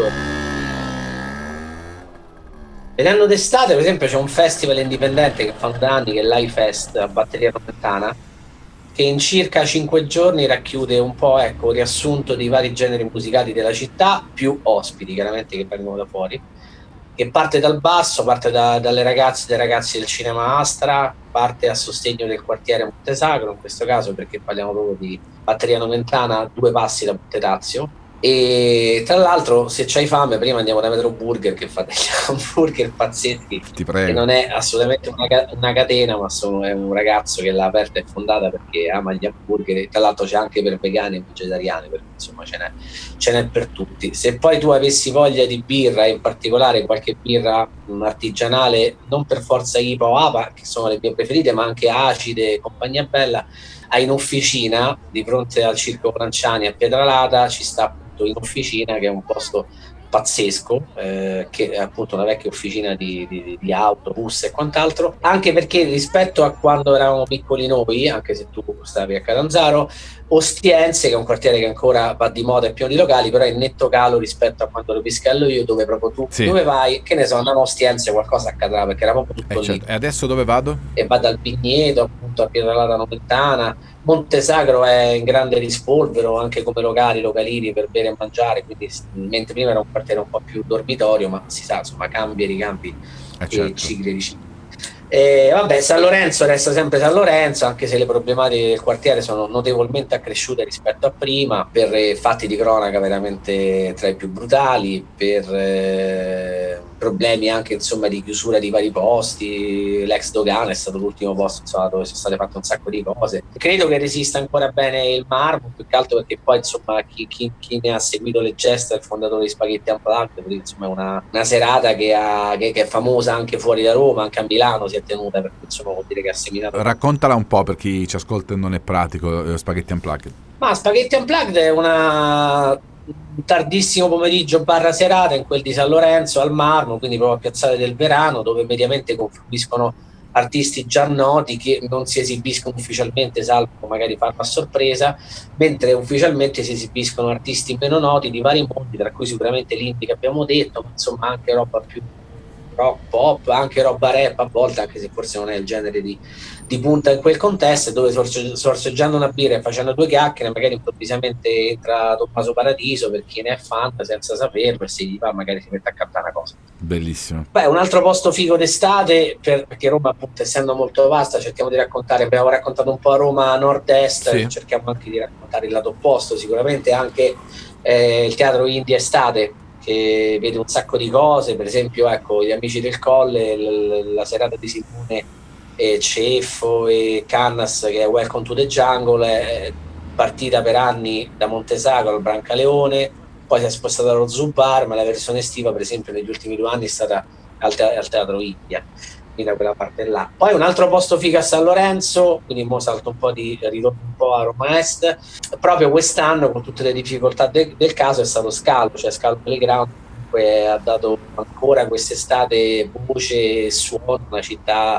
Venendo d'estate, per esempio, c'è un festival indipendente che fa da anni, che è l'I-Fest a Batteria Nomentana, che in circa 5 giorni racchiude un po', ecco, riassunto dei vari generi musicali della città, più ospiti chiaramente che vengono da fuori, che parte dal basso, parte dalle ragazze e dai ragazzi del Cinema Astra, parte a sostegno del quartiere Montesacro, in questo caso perché parliamo proprio di Batteria Nomentana, 2 passi da Montetazio. E tra l'altro, se c'hai fame, prima andiamo da Metro Burger che fa degli hamburger pazzeschi. Ti prego. Che non è assolutamente una catena, ma è un ragazzo che l'ha aperta e fondata perché ama gli hamburger, e tra l'altro c'è anche per vegani e vegetariani, perché insomma ce n'è per tutti. Se poi tu avessi voglia di birra, in particolare qualche birra artigianale, non per forza IPA o APA, che sono le mie preferite, ma anche acide e compagnia bella, hai in Officina, di fronte al Circo Franciani a Pietralata, ci sta appunto in Officina, che è un posto pazzesco, che è appunto una vecchia officina di auto, bus e quant'altro, anche perché rispetto a quando eravamo piccoli noi, anche se tu stavi a Catanzaro, Ostiense, che è un quartiere che ancora va di moda e pieno di locali, però è in netto calo rispetto a quando ero Piscallo io, dove proprio tu dove vai, che ne so, andavo a Ostiense, qualcosa accadrà, perché era proprio tutto lì. Certo. E adesso dove vado? E vado al Pigneto, appunto a Pietralata Nomentana. Montesacro è in grande rispolvero anche come localini per bere e mangiare, quindi mentre prima era un quartiere un po' più dormitorio, ma si sa, insomma, cambi e ricambi e cicli di cibo. Vabbè, San Lorenzo resta sempre San Lorenzo, anche se le problematiche del quartiere sono notevolmente accresciute rispetto a prima, per fatti di cronaca veramente tra i più brutali, per problemi anche insomma di chiusura di vari posti. L'ex Dogana è stato l'ultimo posto insomma, dove sono state fatte un sacco di cose. Credo che resista ancora bene il Marmo, più che altro perché poi insomma chi ne ha seguito le gesta è il fondatore di Spaghetti Unplugged, quindi insomma una serata che è famosa anche fuori da Roma, anche a Milano si è tenuta, perché insomma vuol dire che ha seminato. Raccontala un po' per chi ci ascolta e non è pratico, Spaghetti Unplugged. Ma Spaghetti Unplugged è un tardissimo pomeriggio / serata in quel di San Lorenzo al Marmo, quindi proprio a Piazzale del Verano, dove mediamente confluiscono artisti già noti che non si esibiscono ufficialmente, salvo magari farlo a sorpresa, mentre ufficialmente si esibiscono artisti meno noti di vari mondi, tra cui sicuramente l'indie che abbiamo detto, ma insomma anche roba più rock pop, anche roba rap a volte, anche se forse non è il genere di punta in quel contesto, dove sorseggiando una birra e facendo due chiacchiere magari improvvisamente entra Tommaso Paradiso, per chi ne è fan, senza saperlo, e se gli va magari si mette a cantare una cosa. Bellissimo. Beh, un altro posto figo d'estate, perché Roma appunto essendo molto vasta cerchiamo di raccontare, abbiamo raccontato un po' a Roma nord-est, sì. Cerchiamo anche di raccontare il lato opposto, sicuramente anche il teatro indie estate, che vede un sacco di cose, per esempio ecco Gli Amici del Colle, la serata di Simone Ceffo e Cannas, che è Welcome to the Jungle, è partita per anni da Montesacro al Brancaleone, poi si è spostata allo Zubar, ma la versione estiva per esempio negli ultimi 2 anni è stata al Teatro India, quindi da quella parte là. Poi un altro posto figo a San Lorenzo, quindi mo salto un po' ritorno un po' a Roma Est, proprio quest'anno con tutte le difficoltà del caso è stato Scalo, cioè Scalo Playground ha dato ancora quest'estate voce e suono, una città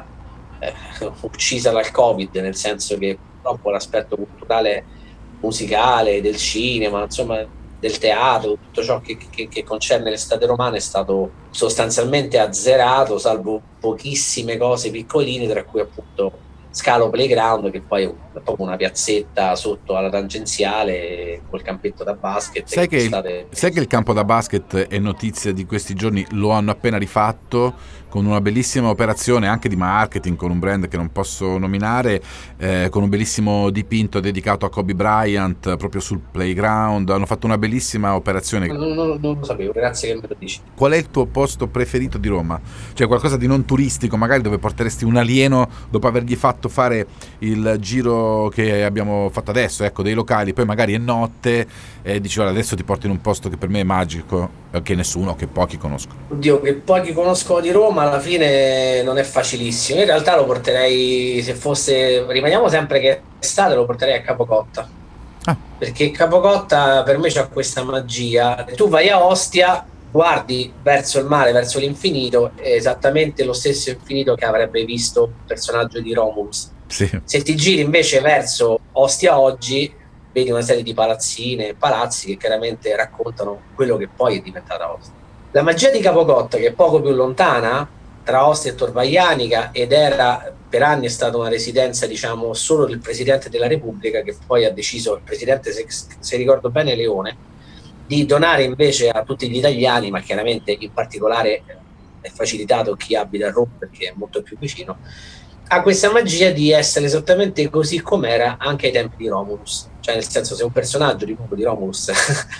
uccisa dal Covid, nel senso che purtroppo l'aspetto culturale, musicale, del cinema, insomma del teatro, tutto ciò che concerne l'estate romana è stato sostanzialmente azzerato, salvo pochissime cose piccoline, tra cui appunto Scalo Playground, che poi è proprio una piazzetta sotto alla tangenziale col campetto da basket. Sai che il campo da basket è notizia di questi giorni, lo hanno appena rifatto con una bellissima operazione anche di marketing, con un brand che non posso nominare, con un bellissimo dipinto dedicato a Kobe Bryant proprio sul playground. Hanno fatto una bellissima operazione. Non lo sapevo, grazie che me lo dici. Qual è il tuo posto preferito di Roma? Cioè qualcosa di non turistico, magari dove porteresti un alieno dopo avergli fatto fare il giro che abbiamo fatto adesso, ecco, dei locali, poi magari è notte e dici guarda, adesso ti porto in un posto che per me è magico, che pochi conoscono. Oddio, che pochi conoscono di Roma alla fine non è facilissimo. In realtà lo porterei, se fosse, rimaniamo sempre che è estate, lo porterei a Capocotta, perché Capocotta per me c'ha questa magia. Tu vai a Ostia, guardi verso il mare, verso l'infinito, è esattamente lo stesso infinito che avrebbe visto il personaggio di Romulus. Sì. Se ti giri invece verso Ostia oggi, vedi una serie di palazzine e palazzi che chiaramente raccontano quello che poi è diventata Ostia. La magia di Capocotta, che è poco più lontana, tra Ostia e Torvaianica, ed era per anni è stata una residenza diciamo solo del Presidente della Repubblica, che poi ha deciso, il Presidente se ricordo bene Leone, di donare invece a tutti gli italiani, ma chiaramente in particolare è facilitato chi abita a Roma perché è molto più vicino, ha questa magia di essere esattamente così com'era anche ai tempi di Romulus, cioè nel senso, se un personaggio di Romulus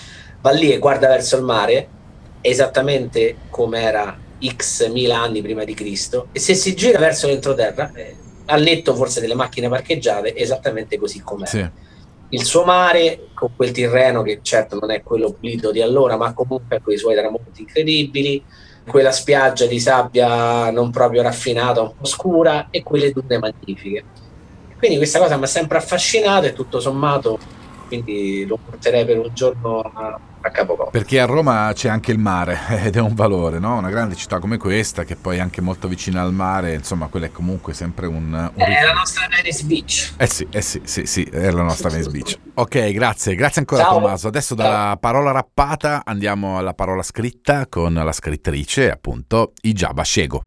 va lì e guarda verso il mare, esattamente come era x mila anni prima di Cristo, e se si gira verso l'entroterra, al netto forse delle macchine parcheggiate, esattamente così com'era. Sì. Il suo mare, con quel Tirreno che certo non è quello pulito di allora, ma comunque con i suoi tramonti incredibili, quella spiaggia di sabbia non proprio raffinata, un po' scura, e quelle dune magnifiche. Quindi questa cosa mi ha sempre affascinato e tutto sommato, quindi lo porterei per un giorno a Capocotta. Perché a Roma c'è anche il mare ed è un valore, no? Una grande città come questa, che poi è anche molto vicina al mare, insomma, quella è comunque sempre un è la nostra Venice Beach. Sì, è la nostra Venice Beach. Ok, grazie ancora. Ciao. Tommaso. Adesso dalla parola rappata andiamo alla parola scritta con la scrittrice, appunto, Ijaba Shego.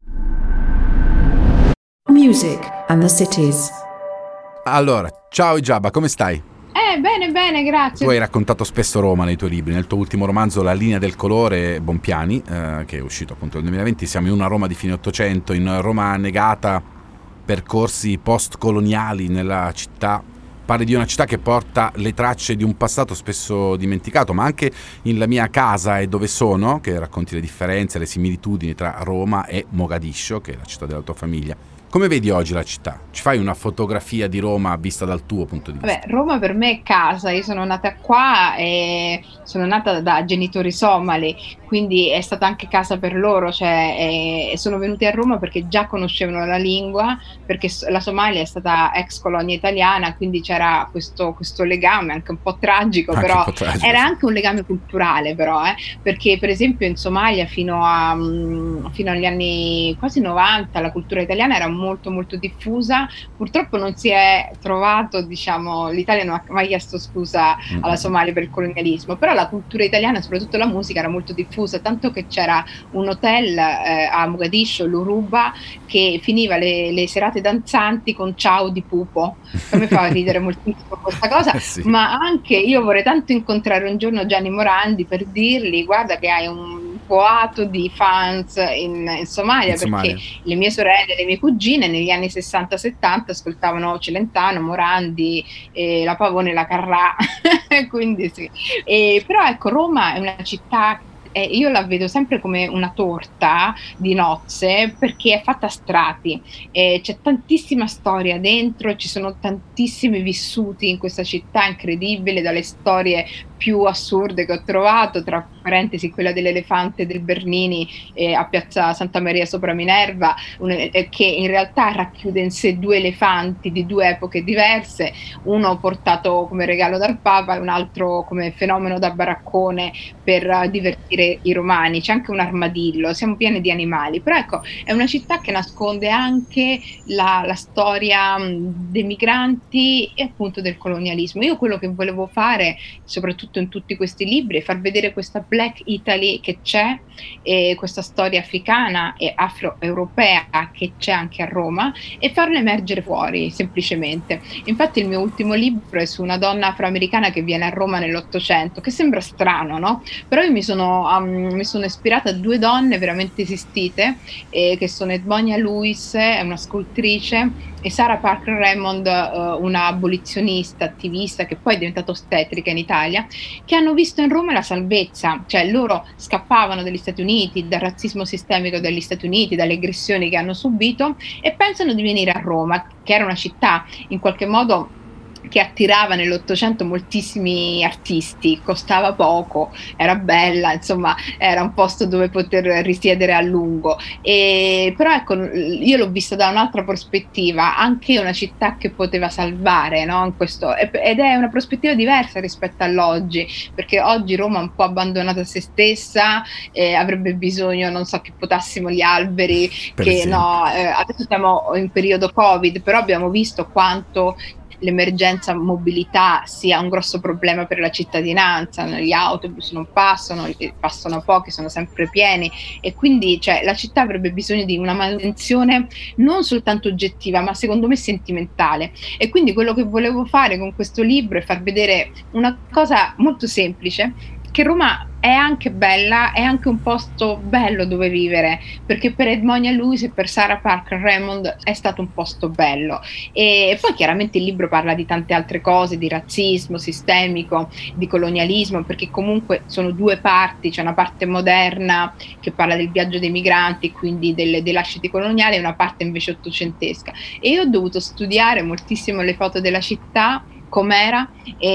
Music and the Cities. Allora, ciao Ijaba, come stai? Bene, grazie. Tu hai raccontato spesso Roma nei tuoi libri. Nel tuo ultimo romanzo La linea del colore, Bonpiani, che è uscito appunto nel 2020, siamo in una Roma di fine Ottocento, in Roma annegata percorsi post-coloniali nella città. Parli di una città che porta le tracce di un passato spesso dimenticato, ma anche in La mia casa e dove sono, che racconti le differenze, le similitudini tra Roma e Mogadiscio, che è la città della tua famiglia. Come vedi oggi la città? Ci fai una fotografia di Roma vista dal tuo punto di vista? Vabbè, Roma per me è casa, io sono nata qua e sono nata da genitori somali, quindi è stata anche casa per loro, cioè sono venuti a Roma perché già conoscevano la lingua, perché la Somalia è stata ex colonia italiana, quindi c'era questo legame anche un po' tragico, Anche però un po' tragico, era sì. anche un legame culturale però, perché per esempio in Somalia fino agli anni quasi 90 la cultura italiana era molto molto diffusa, purtroppo non si è trovato, diciamo, l'Italia non ha mai chiesto scusa alla Somalia per il colonialismo, però la cultura italiana, soprattutto la musica, era molto diffusa, tanto che c'era un hotel a Mogadiscio, l'Uruba, che finiva le serate danzanti con Ciao di Pupo. A me fa ridere moltissimo questa cosa, Sì. ma anche io vorrei tanto incontrare un giorno Gianni Morandi per dirgli: guarda che hai un boato di fans in Somalia, In Somalia. perché le mie sorelle, le mie cugine negli anni 60-70 ascoltavano Celentano, Morandi, la Pavone, la Carrà, quindi sì. Però ecco, Roma è una città, io la vedo sempre come una torta di nozze, perché è fatta a strati, c'è tantissima storia dentro, ci sono tantissimi vissuti in questa città incredibile, dalle storie più assurde che ho trovato, tra parentesi quella dell'elefante del Bernini a Piazza Santa Maria sopra Minerva, che in realtà racchiude in sé due elefanti di due epoche diverse, uno portato come regalo dal Papa e un altro come fenomeno da baraccone per divertire i romani. C'è anche un armadillo, siamo pieni di animali, però ecco, è una città che nasconde anche la storia dei migranti e appunto del colonialismo. Io quello che volevo fare, soprattutto in tutti questi libri, è far vedere questa Black Italy che c'è, questa storia africana e afroeuropea che c'è anche a Roma, e farla emergere fuori semplicemente. Infatti il mio ultimo libro è su una donna afroamericana che viene a Roma nell'Ottocento, che sembra strano, no? Però io mi sono ispirata a due donne veramente esistite, che sono Edmonia Lewis, è una scultrice, e Sarah Parker Raymond, una abolizionista, attivista, che poi è diventata ostetrica in Italia, che hanno visto in Roma la salvezza, cioè loro scappavano dagli Stati Uniti, dal razzismo sistemico degli Stati Uniti, dalle aggressioni che hanno subito, e pensano di venire a Roma, che era una città in qualche modo che attirava nell'Ottocento moltissimi artisti, costava poco, era bella, insomma era un posto dove poter risiedere a lungo, però ecco, io l'ho vista da un'altra prospettiva, anche una città che poteva salvare, no? In questo, ed è una prospettiva diversa rispetto all'oggi, perché oggi Roma è un po' abbandonata a se stessa, avrebbe bisogno, non so, che potassimo gli alberi, che no, adesso siamo in periodo Covid, però abbiamo visto quanto l'emergenza mobilità sia un grosso problema per la cittadinanza, gli autobus non passano pochi, sono sempre pieni, e quindi cioè, la città avrebbe bisogno di una manutenzione non soltanto oggettiva, ma secondo me sentimentale. E quindi quello che volevo fare con questo libro è far vedere una cosa molto semplice, che Roma è anche bella, è anche un posto bello dove vivere, perché per Edmonia Lewis e per Sarah Parker Raymond è stato un posto bello. E poi chiaramente il libro parla di tante altre cose, di razzismo sistemico, di colonialismo, perché comunque sono due parti, c'è una parte moderna che parla del viaggio dei migranti, quindi dei lasciti coloniali, e una parte invece ottocentesca. E io ho dovuto studiare moltissimo le foto della città, com'era,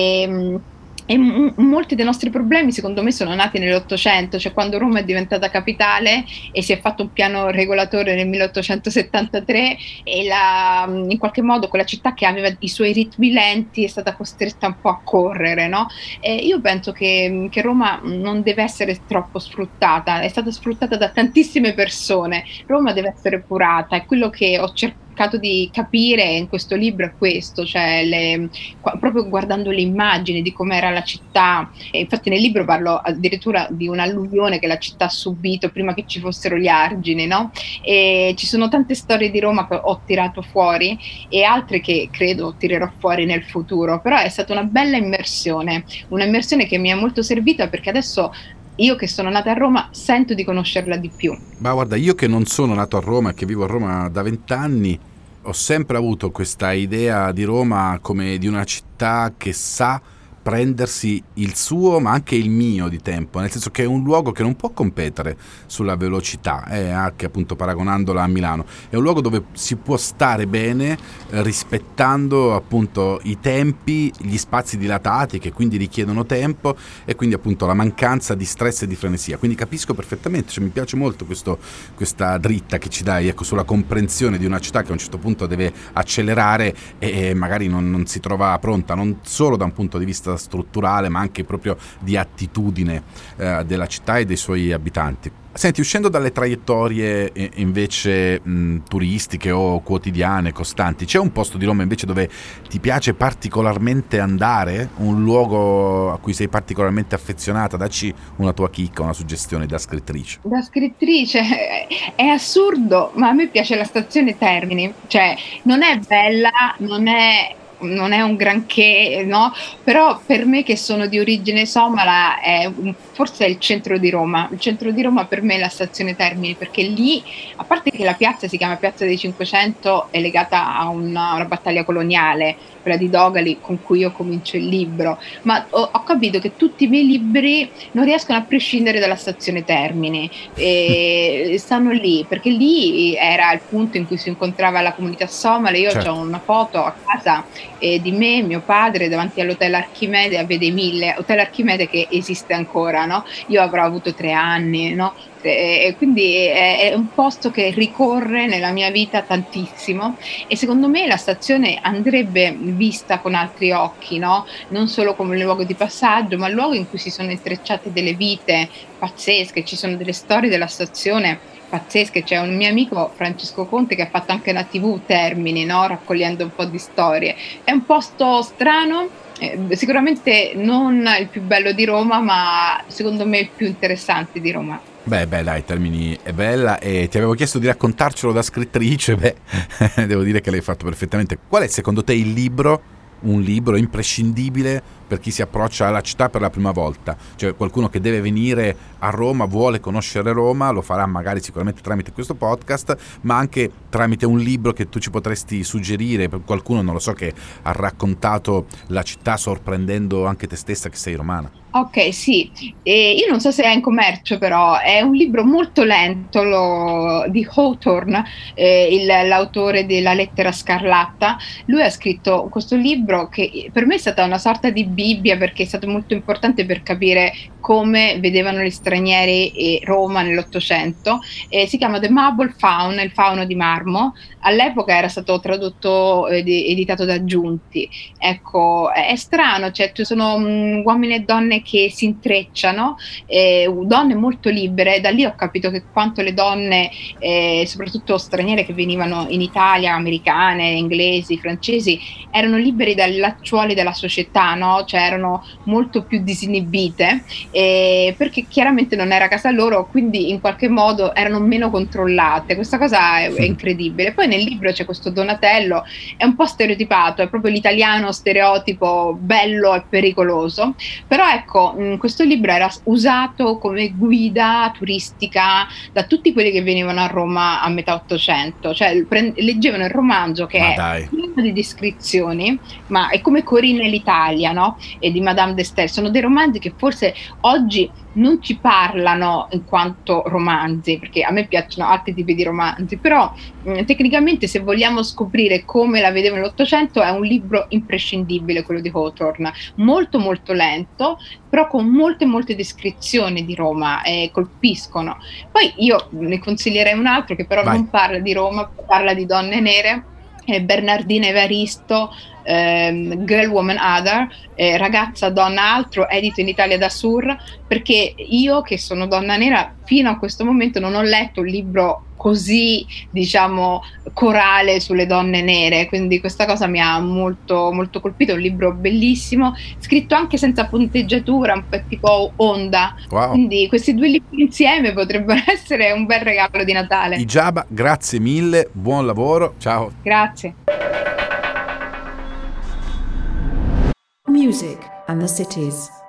e molti dei nostri problemi secondo me sono nati nell'Ottocento, cioè quando Roma è diventata capitale e si è fatto un piano regolatore nel 1873, e in qualche modo quella città che aveva i suoi ritmi lenti è stata costretta un po' a correre, no? E io penso che Roma non deve essere troppo sfruttata, è stata sfruttata da tantissime persone, Roma deve essere curata, è quello che ho cercato di capire in questo libro, è questo, cioè proprio guardando le immagini di com'era la città. E infatti nel libro parlo addirittura di un'alluvione che la città ha subito prima che ci fossero gli argini, no? E ci sono tante storie di Roma che ho tirato fuori e altre che credo tirerò fuori nel futuro, però è stata una bella immersione, un'immersione che mi è molto servita, perché adesso io che sono nata a Roma sento di conoscerla di più. Ma guarda, io che non sono nato a Roma e che vivo a Roma da 20 anni, ho sempre avuto questa idea di Roma come di una città che sa prendersi il suo ma anche il mio di tempo, nel senso che è un luogo che non può competere sulla velocità, anche appunto paragonandola a Milano, è un luogo dove si può stare bene rispettando appunto i tempi, gli spazi dilatati che quindi richiedono tempo e quindi appunto la mancanza di stress e di frenesia, quindi capisco perfettamente, cioè, mi piace molto questa dritta che ci dai, ecco, sulla comprensione di una città che a un certo punto deve accelerare e magari non si trova pronta, non solo da un punto di vista strutturale ma anche proprio di attitudine della città e dei suoi abitanti. Senti, uscendo dalle traiettorie invece turistiche o quotidiane, costanti, c'è un posto di Roma invece dove ti piace particolarmente andare? Un luogo a cui sei particolarmente affezionata? Dacci una tua chicca, una suggestione da scrittrice. Da scrittrice è assurdo, ma a me piace la stazione Termini, cioè non è bella, non è un granché, no? Però per me che sono di origine somala forse è il centro di Roma. Il centro di Roma per me è la stazione Termini, perché lì, a parte che la piazza si chiama Piazza dei 500, è legata a una battaglia coloniale, quella di Dogali, con cui io comincio il libro, ma ho capito che tutti i miei libri non riescono a prescindere dalla stazione Termini, stanno lì, perché lì era il punto in cui si incontrava la comunità somala. Io ho una foto a casa di me, mio padre, davanti all'hotel Archimede a Vede Mille, hotel Archimede che esiste ancora, no? Io avrò avuto 3 anni, no? E quindi è un posto che ricorre nella mia vita tantissimo, e secondo me la stazione andrebbe vista con altri occhi, no? Non solo come un luogo di passaggio, ma un luogo in cui si sono intrecciate delle vite pazzesche, ci sono delle storie della stazione pazzesche. C'è un mio amico Francesco Conte che ha fatto anche una TV Termini, no? Raccogliendo un po' di storie. È un posto strano, sicuramente non il più bello di Roma, ma secondo me il più interessante di Roma. Beh, dai, Termini è bella, e ti avevo chiesto di raccontarcelo da scrittrice, devo dire che l'hai fatto perfettamente. Qual è secondo te un libro imprescindibile per chi si approccia alla città per la prima volta? Cioè qualcuno che deve venire a Roma, vuole conoscere Roma, lo farà magari sicuramente tramite questo podcast, ma anche tramite un libro che tu ci potresti suggerire per qualcuno, non lo so, che ha raccontato la città sorprendendo anche te stessa che sei romana. Ok, sì, io non so se è in commercio, però è un libro molto lento di Hawthorne, l'autore della Lettera Scarlatta. Lui ha scritto questo libro che per me è stata una sorta di Bibbia, perché è stato molto importante per capire come vedevano gli stranieri Roma nell'Ottocento. Si chiama The Marble Faun, il fauno di marmo. All'epoca era stato tradotto ed editato da Giunti. Ecco, è strano, cioè ci sono uomini e donne che si intrecciano, donne molto libere. Da lì ho capito che quanto le donne, soprattutto straniere che venivano in Italia, americane, inglesi, francesi, erano liberi dai lacciuoli della società, no? Cioè erano molto più disinibite, perché chiaramente non era casa loro, quindi in qualche modo erano meno controllate. Questa cosa è incredibile. Poi nel libro c'è questo Donatello, è un po' stereotipato, è proprio l'italiano stereotipo bello e pericoloso, però ecco, questo libro era usato come guida turistica da tutti quelli che venivano a Roma a metà Ottocento, cioè leggevano il romanzo che è pieno di descrizioni, ma è come Corinne e l'Italia, no? E di Madame de Staël. Sono dei romanzi che forse oggi non ci parlano in quanto romanzi, perché a me piacciono altri tipi di romanzi, però tecnicamente, se vogliamo scoprire come la vedevo nell'Ottocento, è un libro imprescindibile quello di Hawthorne, molto molto lento, però con molte descrizioni di Roma, colpiscono. Poi io ne consiglierei un altro che però non parla di Roma, parla di donne nere, Bernardina Evaristo, Girl, Woman, Other, ragazza, donna, altro, edito in Italia da Sur, perché io che sono donna nera fino a questo momento non ho letto un libro così, diciamo, corale sulle donne nere, quindi questa cosa mi ha molto colpito. È un libro bellissimo, scritto anche senza punteggiatura, un po' tipo Onda. Wow. Quindi questi due libri insieme potrebbero essere un bel regalo di Natale. Hijaba, grazie mille, buon lavoro, ciao. Grazie. Music and the Cities.